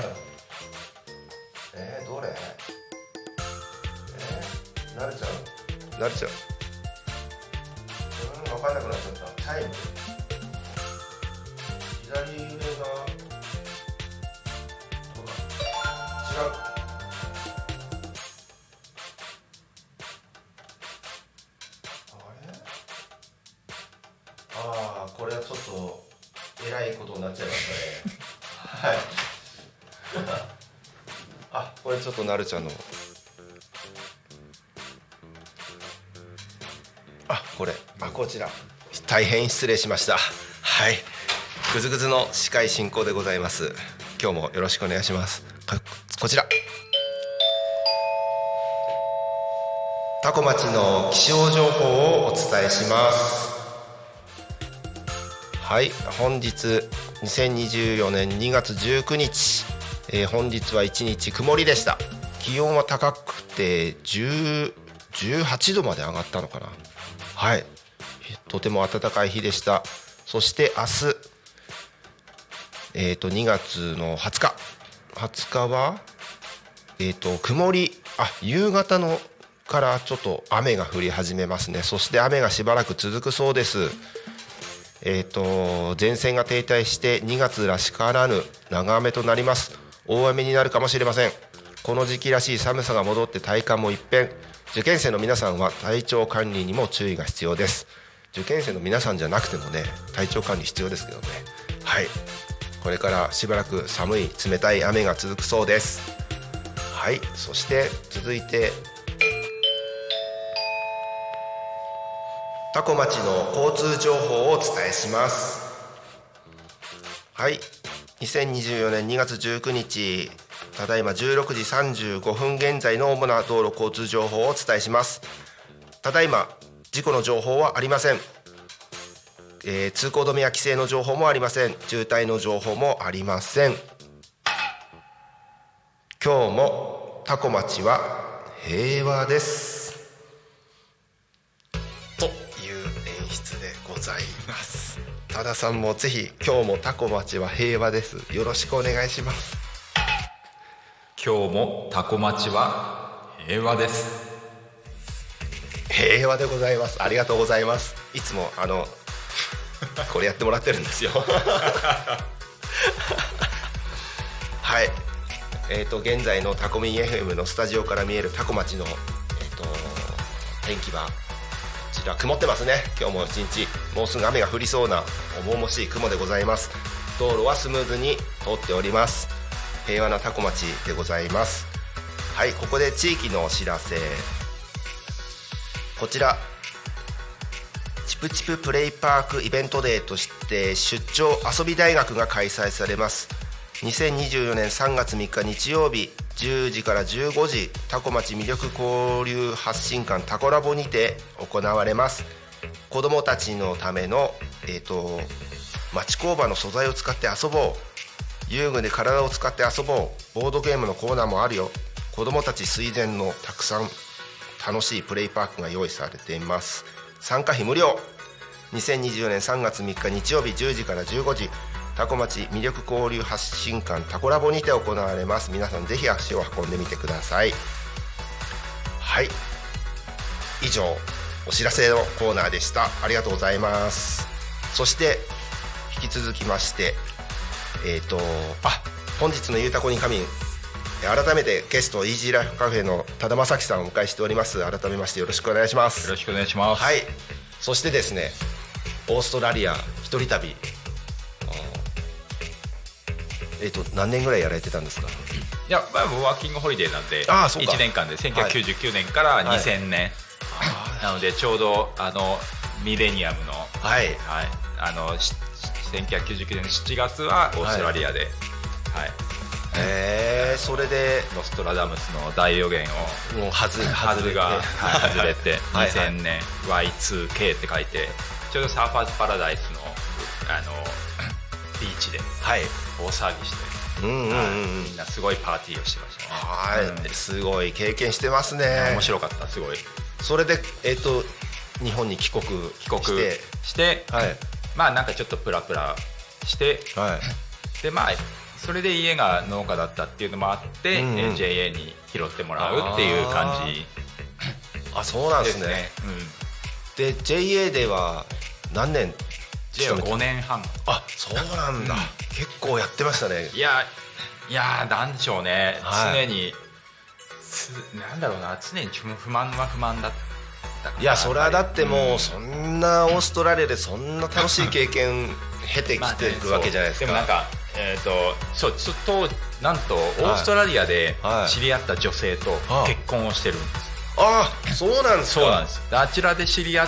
慣れちゃう。分かんなくなっちゃった。タイム。左上が違う。これはちょっとえらいことになっちゃいましたね。これちょっとなるちゃんのこちら大変失礼しました。ぐずぐずの司会進行でございます。今日もよろしくお願いします。こちら多古町の気象情報をお伝えします。本日2024年2月19日、本日は1日曇りでした。気温は高くて18度まで上がったのかな。とても暖かい日でした。そして明日2月の20日は曇り、夕方のからちょっと雨が降り始めますね。そして雨がしばらく続くそうです。前線が停滞して2月らしからぬ長雨となります。大雨になるかもしれません。この時期らしい寒さが戻って体感も一変。受験生の皆さんは体調管理にも注意が必要です。受験生の皆さんじゃなくてもね、体調管理必要ですけどね。これからしばらく寒い冷たい雨が続くそうです。そして続いて多古町の交通情報をお伝えします。2024年2月19日ただいま16時35分現在の主な道路交通情報をお伝えします。ただいま事故の情報はありません。通行止めや規制の情報もありません。渋滞の情報もありません。今日もタコ町は平和ですという演出でございます。多田さんもぜひ今日もタコ町は平和です、よろしくお願いします。 今日もタコ町は平和です。 平和でございます。ありがとうございます。いつもこれやってもらってるんですよはい、現在のタコミン FM のスタジオから見えるタコ町の、天気はこちら曇ってますね。今日も一日もうすぐ雨が降りそうな重々しい雲でございます。道路はスムーズに通っております。平和なタコ町でございます。はい、ここで地域のお知らせ。こちらチプチププレイパークイベントデーとして出張遊び大学が開催されます。2024年3月3日日曜日10時から15時タコ町魅力交流発信館タコラボにて行われます。子どもたちのための、町工場の素材を使って遊ぼう、遊具で体を使って遊ぼう、ボードゲームのコーナーもあるよ、子どもたち垂涎のたくさん楽しいプレイパークが用意されています。参加費無料。2024年3月3日日曜日10時から15時タコ町魅力交流発信館タコラボにて行われます。皆さんぜひ足を運んでみてください。はい、以上お知らせのコーナーでした。ありがとうございます。そして引き続きまして本日のゆうたこに仮眠、改めてゲストイージーライフカフェの多田正樹さんをお迎えしております。改めましてよろしくお願いします。 よろしくお願いします。 はい、そしてですね、オーストラリア一人旅、何年ぐらいやられてたんですか？ いや、ワーキングホリデーなんで1年間で1999年から2000年、なのでちょうどミレニアムの、1999年の7月はオーストラリアで、 それでノストラダムスの大予言をもう外れて2000年 Y2K って書いて、ちょうどサーファーズパラダイスのビーチで大騒ぎして、みんなすごいパーティーをしてましたね。 すごい経験してますね。 面白かった。すごい。 それで日本に帰国して、なんかちょっとプラプラして、でそれで家が農家だったっていうのもあって、JA に拾ってもらうっていう感じ。 そうなんですね。で JA では何年 ？JA は5年半。 そうなんだ。結構やってましたね。 いやなんでしょうね。常になんだろうな、常に不満は不満だったかな。 いや、それはだってもうそんなオーストラリアでそんな楽しい経験経てきてるわけじゃないですか。 でもなんかなんとオーストラリアで知り合った女性と結婚をしてるんです。 そうなんですか。 そうなんです。あちらで知り合って、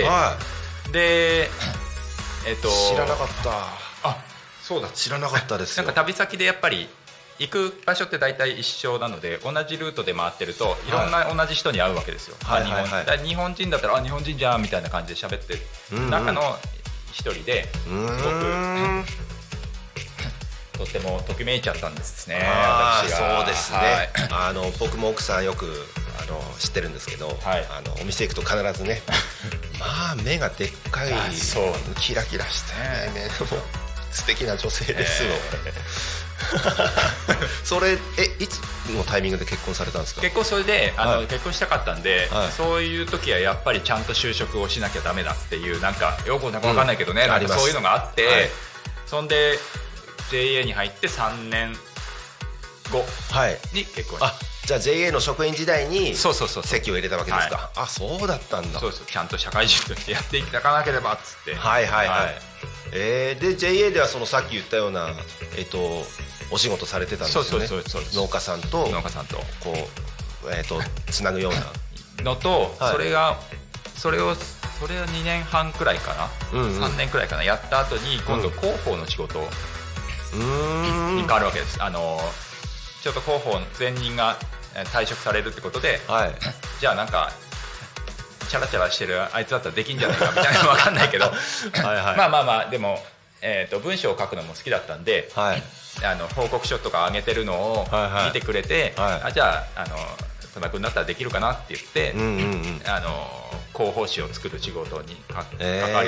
で知らなかった。 そうだ、 知らなかったですよ。 なんか旅先でやっぱり行く場所って大体一緒なので、同じルートで回ってるといろんな同じ人に会うわけですよ。日本人だったら日本人じゃんみたいな感じで喋ってる中の一人で、とってもときめいちゃったんですね、私が。 そうですね、僕も奥さんよく知ってるんですけど、お店行くと必ずね目がでっかい、キラキラしてね、素敵な女性ですよ、それいつのタイミングで結婚されたんですか？ 結婚それで結婚したかったんで、そういう時はやっぱりちゃんと就職をしなきゃダメだっていう、なんかよく分かんないけどね、なんかそういうのがあって、そんで JA に入って3年後に結婚した。 じゃあ JA の職員時代に籍を入れたわけですか？そうだったんだ。 そうちゃんと社会人としてやっていかなければっつって。 で JA ではそのさっき言ったようなお仕事されてたんですよね。農家さんとこうつなぐようなのと、それを2年半くらいかな、3年くらいかな、やった後に今度広報の仕事に変わるわけです。 ちょっと広報全人が退職されるってことで、じゃあなんかチャラチャラしてるあいつだったらできんじゃないかみたいなの分かんないけどまあでも、文章を書くのも好きだったんで、報告書とか上げてるのを見てくれて、じゃあ戸田君だったらできるかなって言って、広報誌を作る仕事に関わるようになって、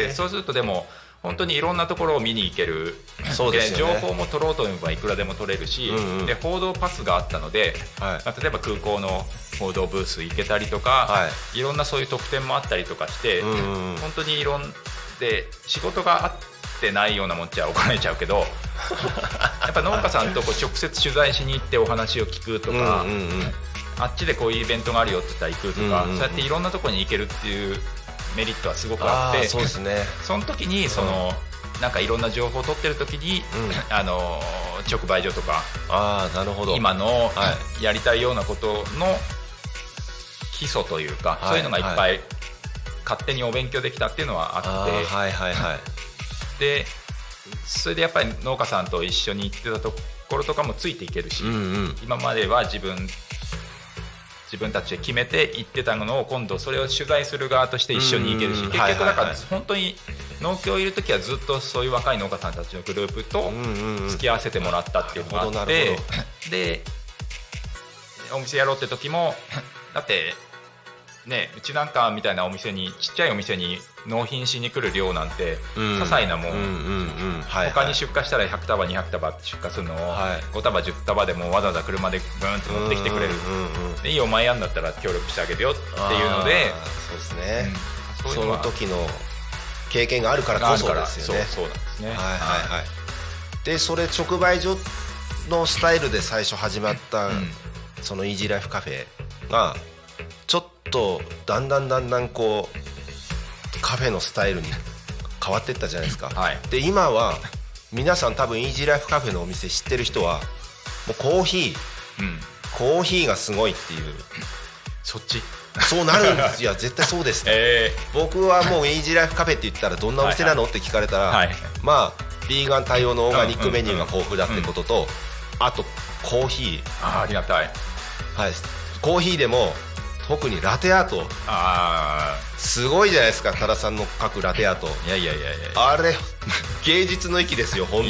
そうするとでも本当にいろんなところを見に行ける。そうですよね。情報も取ろうと思えばいくらでも取れるし、で報道パスがあったので、例えば空港の報道ブース行けたりとか、いろんなそういう特典もあったりとかして、本当にいろんで仕事があってないようなもんじゃ怒られちゃうけどやっぱ農家さんとこう直接取材しに行ってお話を聞くとか、あっちでこういうイベントがあるよって言ったら行くとか、そうやっていろんなところに行けるっていうメリットはすごくあって、 そうですね。 その時になんかいろんな情報を取ってる時に、直売所とか、 なるほど、 今のやりたいようなことの基礎というか、そういうのがいっぱい勝手にお勉強できたっていうのはあって、でそれでやっぱり農家さんと一緒に行ってたところとかもついていけるし、今までは自分たちで決めて行ってたのを今度それを取材する側として一緒に行けるし、結局だから本当に農協いる時はずっとそういう若い農家さんたちのグループと付き合わせてもらったっていうのがあって、でお店やろうって時もだってね、うちなんかみたいなお店にちっちゃいお店に納品しに来る量なんて些細なもん、他に出荷したら100束200束出荷するのを5束10束でもわざわざ車でブーンと持ってきてくれる、でいいお前やんだったら協力してあげるよっていうので、 そうですね、その時の経験があるからこそですよね。 そうなんですね。 でそれ直売所のスタイルで最初始まった、そのイージーライフカフェがちょっとだんだんこうカフェのスタイルに変わっていったじゃないですか、で今は皆さん多分イージーライフカフェのお店知ってる人はもうコーヒーがすごいっていう、 そっちそうなるんですいや絶対そうですね、僕はもうイージーライフカフェって言ったらどんなお店なのって聞かれたら、まあビーガン対応のオーガニックメニューが豊富だってことと、あとコーヒー、 ありがたい、 コーヒーでも特にラテアート、すごいじゃないですか、多田さんの書くラテアート。 いやあれ芸術の域ですよ本当に。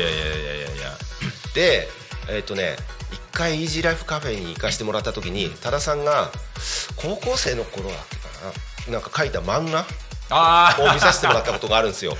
で一回イージーライフカフェに行かせてもらった時に多田さんが高校生の頃だっけかな、なんか書いた漫画を見させてもらったことがあるんですよ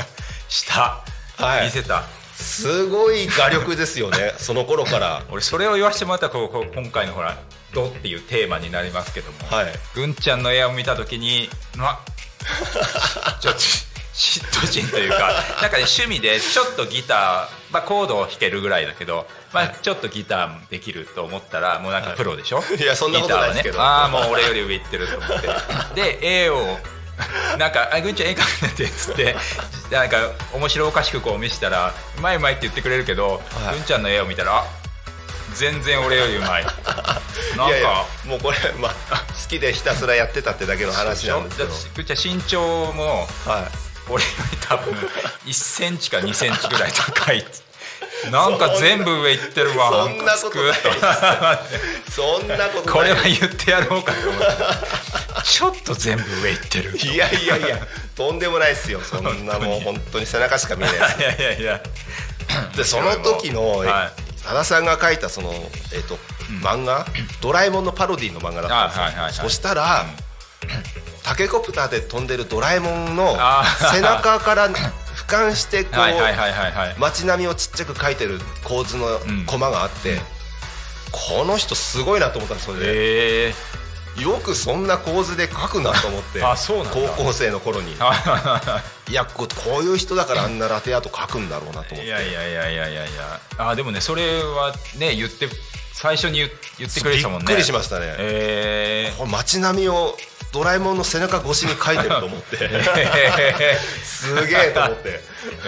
見せた。 すごい画力ですよねその頃から俺それを言わせてもらったら今回のほらドっていうテーマになりますけども、ぐんちゃんの絵を見た時にちょっと嫉妬心というかなんかね、趣味でちょっとギター、コードを弾けるぐらいだけど、ちょっとギターできると思ったらもうなんかプロでしょ、 いやそんなことないですけど、 もう俺より上行ってると思ってで絵をなんかぐんちゃん絵描くねってっつってなんか面白おかしくこう見せたらうまいって言ってくれるけど、ぐんちゃんの絵を見たら全然俺よりうまいなんかもうこれ、好きでひたすらやってたってだけの話なんですけど、 ぐんちゃん身長も、俺より多分1センチか2センチぐらい高いなんか全部上行ってるわ。 そんなことないそんなことない。 これは言ってやろうかと思ってちょっと全部上行ってる。 いやとんでもないですよ、そんなもう本当に背中しか見えないいやでその時の多田さんが描いたその漫画、ドラえもんのパロディの漫画だったんですよ。そしたらタケコプターで飛んでるドラえもんの背中から俯瞰してこう街並みをちっちゃく描いてる構図のコマがあって、この人すごいなと思ったんですよね。よくそんな構図で描くなと思って高校生の頃にいやこういう人だからあんなラテアート描くんだろうなと思って。いやでもね、それはね最初に言ってくれたもんね。 びっくりしましたね。これ街並みをドラえもんの背中越しに描いてると思ってすげえと思って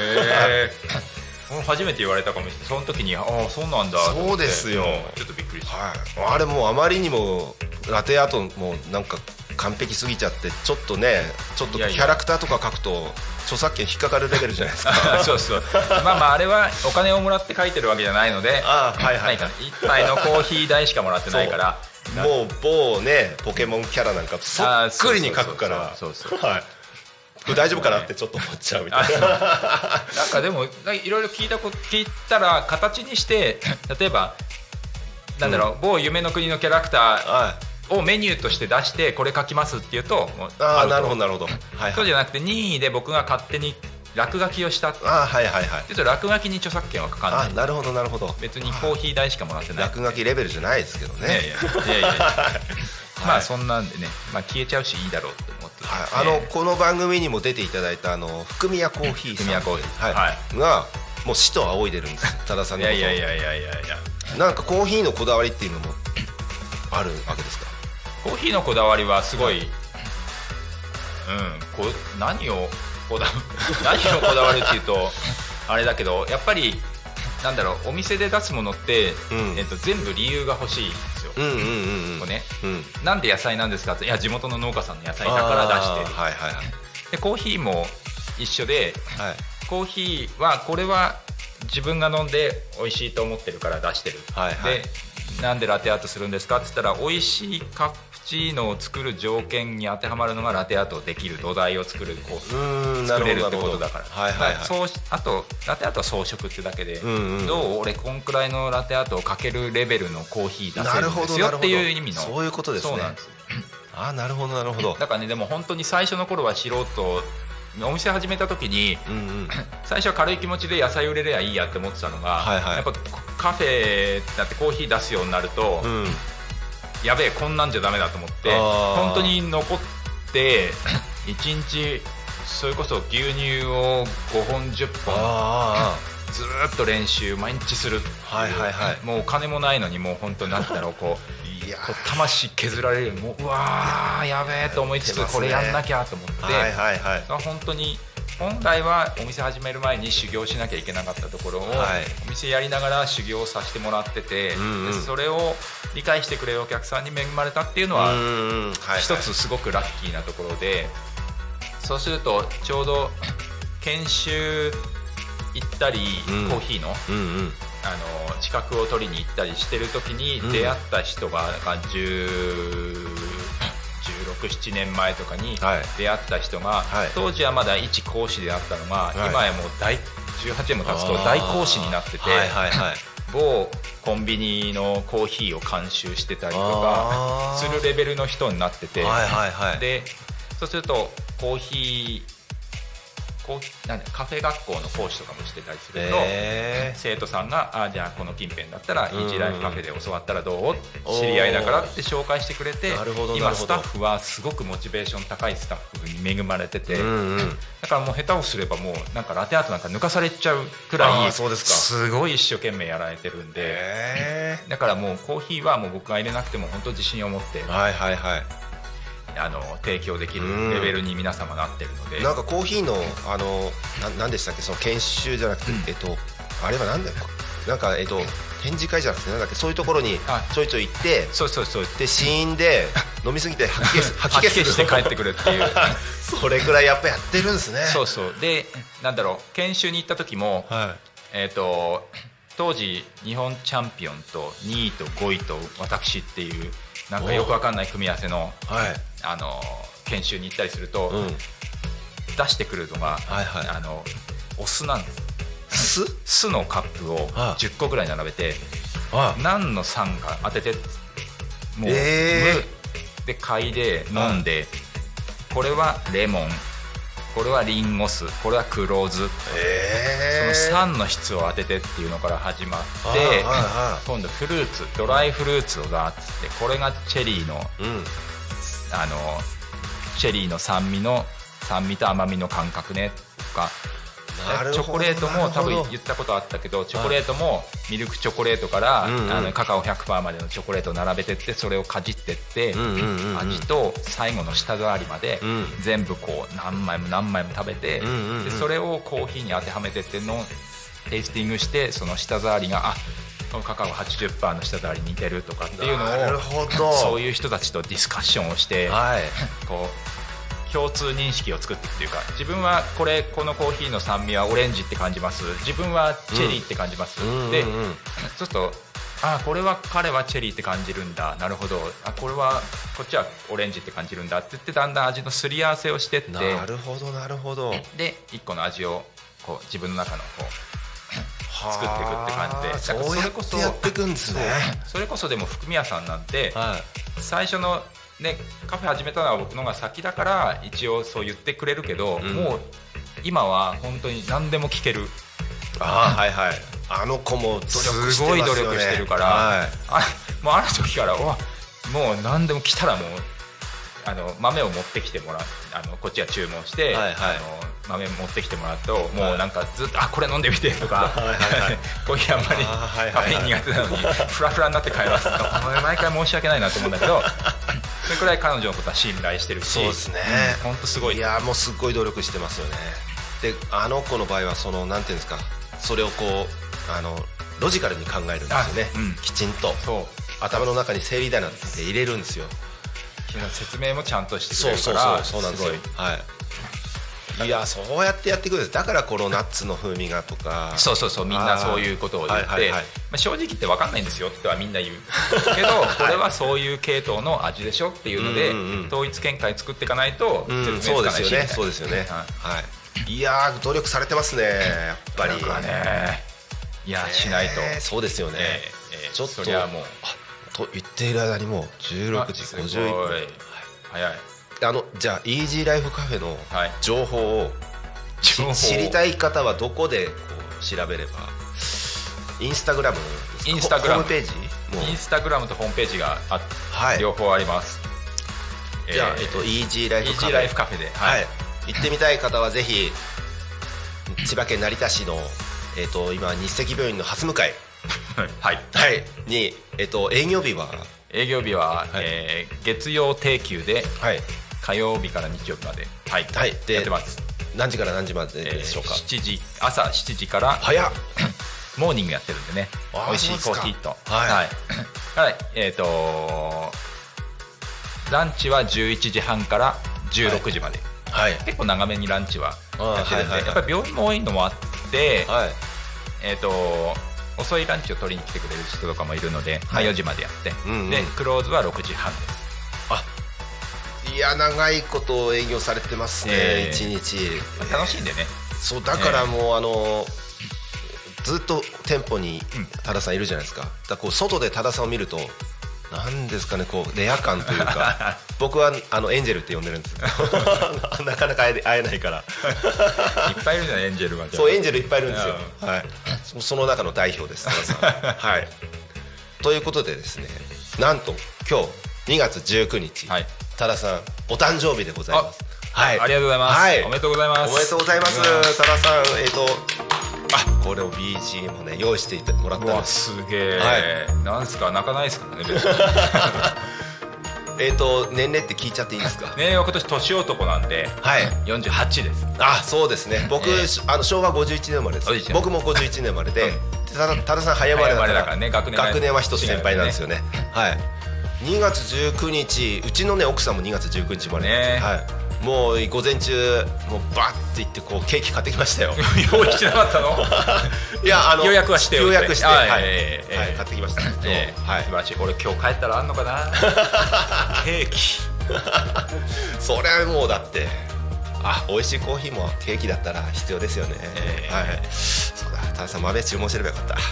初めて言われたかもしれない。その時にそうなんだと思って。 そうですよ、 ちょっとびっくりした、 あれもうあまりにもラテアートもなんか完璧すぎちゃってちょっとキャラクターとか書くと著作権引っかかるレベルじゃないですかそうそうまああれはお金をもらって書いてるわけじゃないので一杯のコーヒー代しかもらってないからもう某ねポケモンキャラなんかそっくりに書くからこれ大丈夫かなってちょっと思っちゃうみたいななんかでもいろいろ聞いたら形にして例えばなんだろう、某夢の国のキャラクターをメニューとして出してこれ書きますって言うとなるほどなるほど、 そうじゃなくて任意で僕が勝手に落書きをしたって言うと落書きに著作権はかかんない。 なるほどなるほど。 別にコーヒー代しかもらってない。 落書きレベルじゃないですけどね。 いやまあそんなんでね、消えちゃうしいいだろうと思って、 この番組にも出ていただいた福宮コーヒーさんがもう師と仰いでるんです多田さんのこと。 いやなんかコーヒーのこだわりっていうのもあるわけですか。 コーヒーのこだわりはすごい、何をこだわるっていうとあれだけど、やっぱりなんだろう、お店で出すものって、全部理由が欲しいんですよ。なんで野菜なんですかって、いや地元の農家さんの野菜だから出してる。でコーヒーも一緒で、コーヒーはこれは自分が飲んで美味しいと思ってるから出してる。でなんでラテアートするんですかって言ったら、美味しいカプチーノを作る条件に当てはまるのがラテアートできる土台を作れるってことだから。あとラテアートは装飾ってだけで、どう俺こんくらいのラテアートをかけるレベルのコーヒー出せるんですよっていう意味の。 そういうことですね。 そうなんです。 なるほどなるほど。 だからね、でも本当に最初の頃は素人お店始めた時に、最初は軽い気持ちで野菜売れりゃいいやって思ってたのが、やっぱカフェだってコーヒー出すようになると、やべえこんなんじゃダメだと思って、本当に残って1日それこそ牛乳を5本10本ずっと練習毎日する。もうお金もないのに、もう本当になんだろう、魂削られる。もううわーやべえと思いつつ、これやんなきゃと思って、本当に本来はお店始める前に修行しなきゃいけなかったところを、お店やりながら修行させてもらってて、それを理解してくれるお客さんに恵まれたっていうのは一つすごくラッキーなところで、そうするとちょうど研修行ったり、コーヒーの資格を取りに行ったりしてる時に出会った人が16、17年前とかに出会った人が、当時はまだ一講師であったのが、今やもう18年も経つと大講師になってて、某コンビニのコーヒーを監修してたりとかするレベルの人になってて、でそうするとコーヒーカフェ学校の講師とかもしてたりすると、生徒さんがじゃあこの近辺だったらイージーライフカフェで教わったらどう、知り合いだからって紹介してくれて、今スタッフはすごくモチベーション高いスタッフに恵まれてて、だからもう下手をすればもうなんかラテアートなんか抜かされちゃうくらいすごい一生懸命やられてるんで、だからもうコーヒーはもう僕が入れなくても本当自信を持って提供できるレベルに皆様なってるので、 なんかコーヒーの何でしたっけ、その研修じゃなくて、あれは何だよ、なんか展示会じゃなくてなんだっけ、そういうところにちょいちょい行って、で試飲で飲みすぎて吐き気して帰ってくるっていうそれぐらいやっぱやってるんですね。 そうで、なんだろう、研修に行った時も、当時日本チャンピオンと2位と5位と私っていうなんかよくわかんない組み合わせの研修に行ったりすると、出してくるのがお酢なんです。酢のカップを10個ぐらい並べて、何の酸か当てて、もうで嗅いで飲んで、これはレモン、これはリンゴ酢、これは黒酢、その酸の質を当ててっていうのから始まって、今度フルーツ、ドライフルーツをだっつって、これがチェリーの、チェリーの酸味と甘みの感覚ねとか、チョコレートも多分言ったことあったけど、チョコレートもミルクチョコレートからカカオ 100% までのチョコレートを並べてって、それをかじってって、味と最後の舌触りまで全部こう何枚も何枚も食べて、でそれをコーヒーに当てはめてってのテイスティングして、その舌触りがカカオ 80% の人たちに似てるとかっていうのをなるほどそういう人たちとディスカッションをして、はい、こう共通認識を作っていくというか、自分はこのコーヒーの酸味はオレンジって感じます、自分はチェリーって感じます、でちょっとこれは彼はチェリーって感じるんだ、なるほど、こっちはオレンジって感じるんだって言って、だんだん味のすり合わせをしてって、 なるほどなるほど、 で1個の味をこう自分の中のこう作っていくって感じで、 そうやってやっていくんですね。 それこそでも福宮さんなんて、はい、最初のねカフェ始めたのは僕のが先だから一応そう言ってくれるけど、もう今は本当に何でも聞ける。 はいはい、あの子も努力してますよね。 すごい努力してるから、はい、もうあの時からもう何でも来たらもう豆を持ってきてもらう、こっちが注文して、はいはい、豆持ってきてもらうと、もうなんかずっとこれ飲んでみてとかコーヒーあんまりカフェイン苦手なのにフラフラになって帰りますと毎回申し訳ないなと思うんだけどそれくらい彼女のことは信頼してるし、 そうですね、 本当すごい。 いやもうすごい努力してますよね。であの子の場合はなんていうんですか、それをこうロジカルに考えるんですよね、きちんと頭の中に整理台なんて入れるんですよ。 説明もちゃんとしてくれるから、 そうなんですよ、はい、いやそうやってやっていくんです。だからこのナッツの風味がとかそうみんなそういうことを言って、はいはいはい、正直言って分かんないんですよってはみんな言うけどこれはそういう系統の味でしょっていうので、統一見解作っていかないと説明つかないし、 そうですよね、はい、いや努力されてますね、やっぱり。 いやしないと、 そうですよね、ちょっとそれはもうと言っている間にもう16時51分、 早い。 じゃあイージーライフカフェの情報を知りたい方はどこでこう調べれば？インスタグラム、ホームページ？ インスタグラムとホームページが両方あります。 じゃあイージーライフカフェで、はい、行ってみたい方はぜひ千葉県成田市の今日赤病院の蓮向かいはいに営業日は月曜定休で、火曜日から日曜日まで、やってます。 何時から何時まででしょうか？ 朝7時から早っモーニングやってるんでね、美味しいコーヒーと、ランチは11時半から16時まで、結構長めにランチはやってるんで、やっぱり病院も多いのもあって、遅いランチを取りに来てくれる人とかもいるので、4時までやって、でクローズは6時半です。 いや長いこと営業されてますね、1日楽しいんでね。 そうだからもうずっと店舗に多田さんいるじゃないですか。だからこう外で多田さんを見るとなんですかね、こうレア感というか僕はエンジェルって呼んでるんですなかなか会えないからいっぱいいるじゃないエンジェルは。 そうエンジェルいっぱいいるんですよ、はい、その中の代表です多田さんはい。ということでですね、なんと今日2月19日、多田さんお誕生日でございます。 はい、ありがとうございます、おめでとうございます。 おめでとうございます。多田さんこれを BGM もね用意してもらったんです。 すげえ、なんすか泣かないですからね年齢って聞いちゃっていいですか？ 年齢は今年年男なんで、48です。 そうですね。僕、昭和51年生まれです。僕も51年生まれで、多田さん早生まれだからね、学年は一つ先輩なんですよね。はい。2月19日、うちのね奥さんも2月19日生まれで、もう午前中もうバッて行ってこうケーキ買ってきましたよ用意してなかったの？ いや予約はして買ってきました。素晴らしい。俺今日帰ったらあんのかなケーキそれはもうだって美味しいコーヒーもケーキだったら必要ですよね。そうだ、多田さん豆注文すればよかった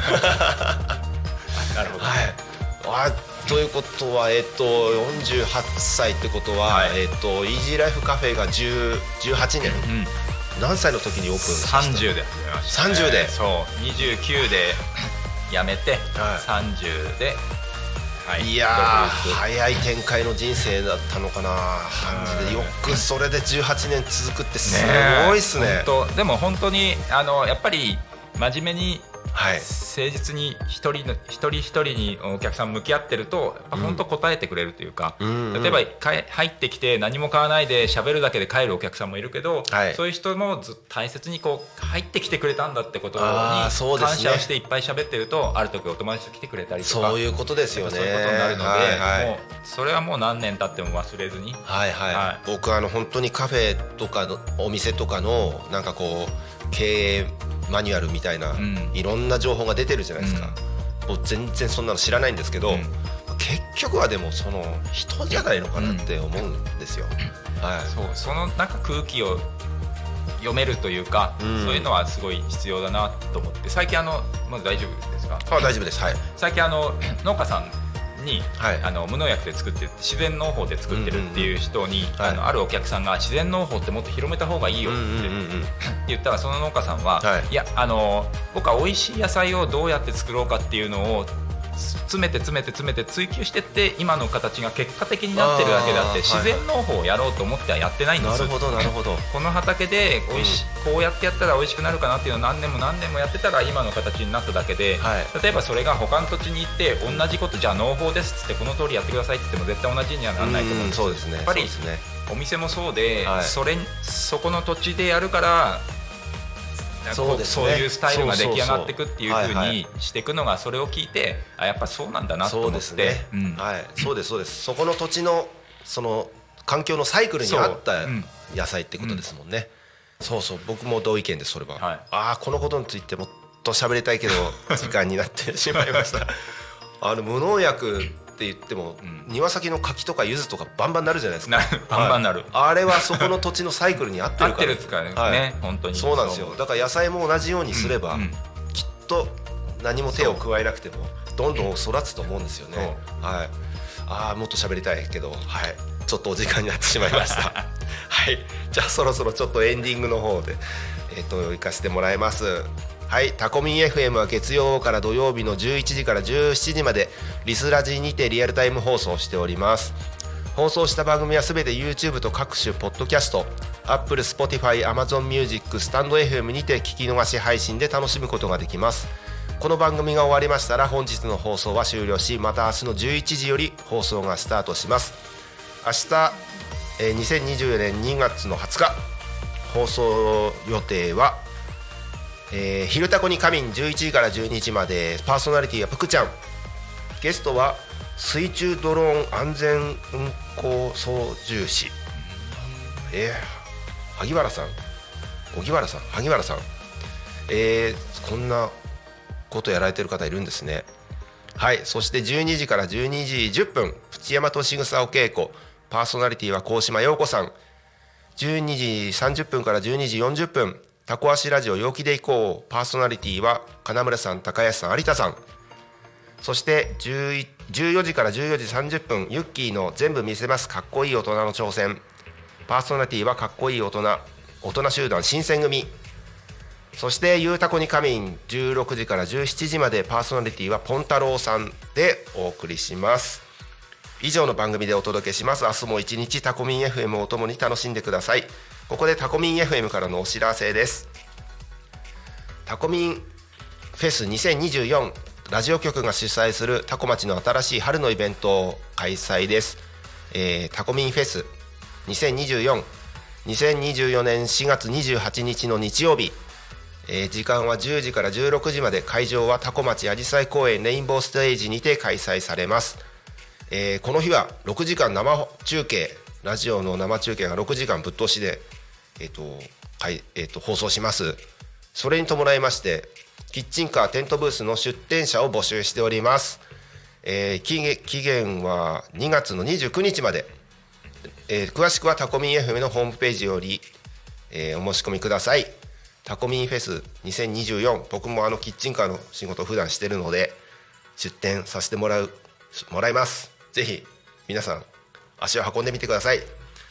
なるほど。 ということは、48歳ってことは、イージーライフカフェが18年、何歳の時にオープンしました？ 30で始めました、 30で、 そう29で辞めて、30で、 いやー早い展開の人生だったのかな感じで、よくそれで18年続くってすごいっすね。 でも本当にやっぱり真面目に誠実に一人一人にお客さん向き合ってると本当答えてくれるというか、例えば入ってきて何も買わないで喋るだけで帰るお客さんもいるけど、そういう人も大切にこう入ってきてくれたんだってことに感謝をしていっぱい喋ってると、ある時お友達と来てくれたりとか、 そういうことですよね。 そういうことになるので、もうそれはもう何年経っても忘れずに。 僕本当にカフェとかのお店とかのなんかこう経営マニュアルみたいな、いろんな情報が出てるじゃないですか。もう全然そんなの知らないんですけど、結局はでもその人じゃないのかなって思うんですよ。 そのなんか空気を読めるというか、そういうのはすごい必要だなと思って、最近まず大丈夫ですか？ 大丈夫です。 最近農家さんに、無農薬で作ってる自然農法で作ってるっていう人に、あるお客さんが自然農法ってもっと広めた方がいいよって言ったら、その農家さんは、いや僕は美味しい野菜をどうやって作ろうかっていうのを詰めて追求してって今の形が結果的になってるだけであって、自然農法をやろうと思ってはやってないんです。 なるほどなるほど。 この畑でこうやってやったら美味しくなるかなっていうのを何年もやってたら今の形になっただけで、例えばそれが他の土地に行って同じことじゃあ農法ですってこの通りやってくださいって言っても絶対同じにはならないと思うんです。 そうですね。 やっぱりお店もそうで、そこの土地でやるからそういうスタイルが出来上がっていくっていう風にしていくのが、それを聞いてやっぱそうなんだなと思って。 そうです。そこの土地のその環境のサイクルに合った野菜ってことですもんね。そう僕も同意見です。それはこのことについてもっと喋りたいけど時間になってしまいました。無農薬って言っても、庭先の柿とか柚子とかバンバンなるじゃないですか。 バンバンなる。 あれはそこの土地のサイクルに合ってるから。合ってるですからね。本当にそうなんですよ。だから野菜も同じようにすれば、きっと何も手を加えなくてもどんどん育つと思うんですよね。もっと喋りたいけど、ちょっとお時間になってしまいました。じゃあそろそろちょっとエンディングの方で行かせてもらいます。タコミン FM は月曜から土曜日の11時から17時までリスラジにてリアルタイム放送しております。放送した番組はすべて YouTube と各種ポッドキャスト、 Apple、Spotify、Amazon Music、スタンド FM にて聞き逃し配信で楽しむことができます。この番組が終わりましたら本日の放送は終了し、また明日の11時より放送がスタートします。明日、2024年2月の20日放送予定は昼タコに仮眠11時から12時まで、パーソナリティはぷくちゃん、ゲストは水中ドローン安全運航操縦士萩原さん、こんなことやられてる方いるんですね。そして12時から12時10分プチヤマトシグサお稽古、パーソナリティは高島陽子さん。12時30分から12時40分タコ足ラジオ陽気でいこう、パーソナリティは金村さん、高安さん、有田さん。そして14時から14時30分ユッキーの全部見せますかっこいい大人の挑戦、パーソナリティはかっこいい大人集団新選組。そしてゆうたこに仮眠16時から17時まで、パーソナリティはポンタロウさんでお送りします。以上の番組でお届けします。明日も一日タコミン FM をともに楽しんでください。ここでタコミン FM からのお知らせです。タコミンフェス2024、ラジオ局が主催するタコ町の新しい春のイベントを開催です。タコミンフェス2024、2024年4月28日の日曜日、時間は10時から16時まで、会場はタコ町あじさい公園レインボーステージにて開催されます。この日は6時間生中継、ラジオの生中継が6時間ぶっ通しで、放送します。それに伴いましてキッチンカーテントブースの出店者を募集しております。期限は2月の29日まで、詳しくはタコミン FM のホームページより、お申し込みください。タコミンフェス2024、僕もキッチンカーの仕事を普段してるので出店させてもらいます。ぜひ皆さん足を運んでみてください。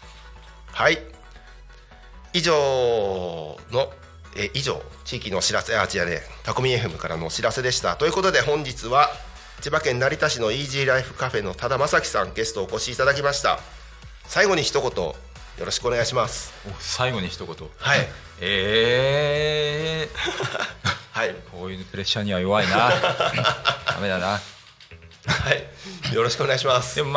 以上地域のお知らせ、タコミン FM からのお知らせでした。ということで本日は千葉県成田市のイージーライフカフェの多田正樹さん、ゲストお越しいただきました。最後に一言よろしくお願いします。 最後に一言、 はい、 こういうプレッシャーには弱いなダメだなはい、よろしくお願いします。 でも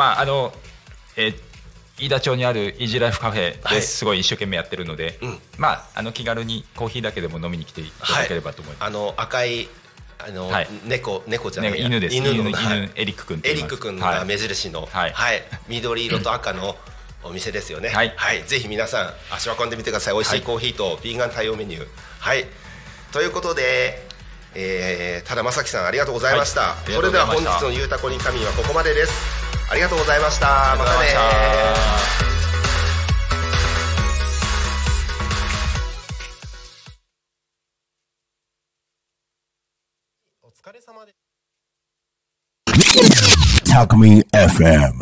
飯田町にあるイージーライフカフェですごい一生懸命やってるので、気軽にコーヒーだけでも飲みに来ていただければと思います。 赤い猫じゃない、 犬です。 犬エリック君エリック君が目印の、緑色と赤のお店ですよね。はい、ぜひ皆さん足を運んでみてください。美味しいコーヒーとビーガン対応メニュー。はい、ということで、多田正樹さんありがとうございました。それでは本日のゆうたこに神はここまでです。ありがとうございました。またね。 お疲れ様です。Talk Me FM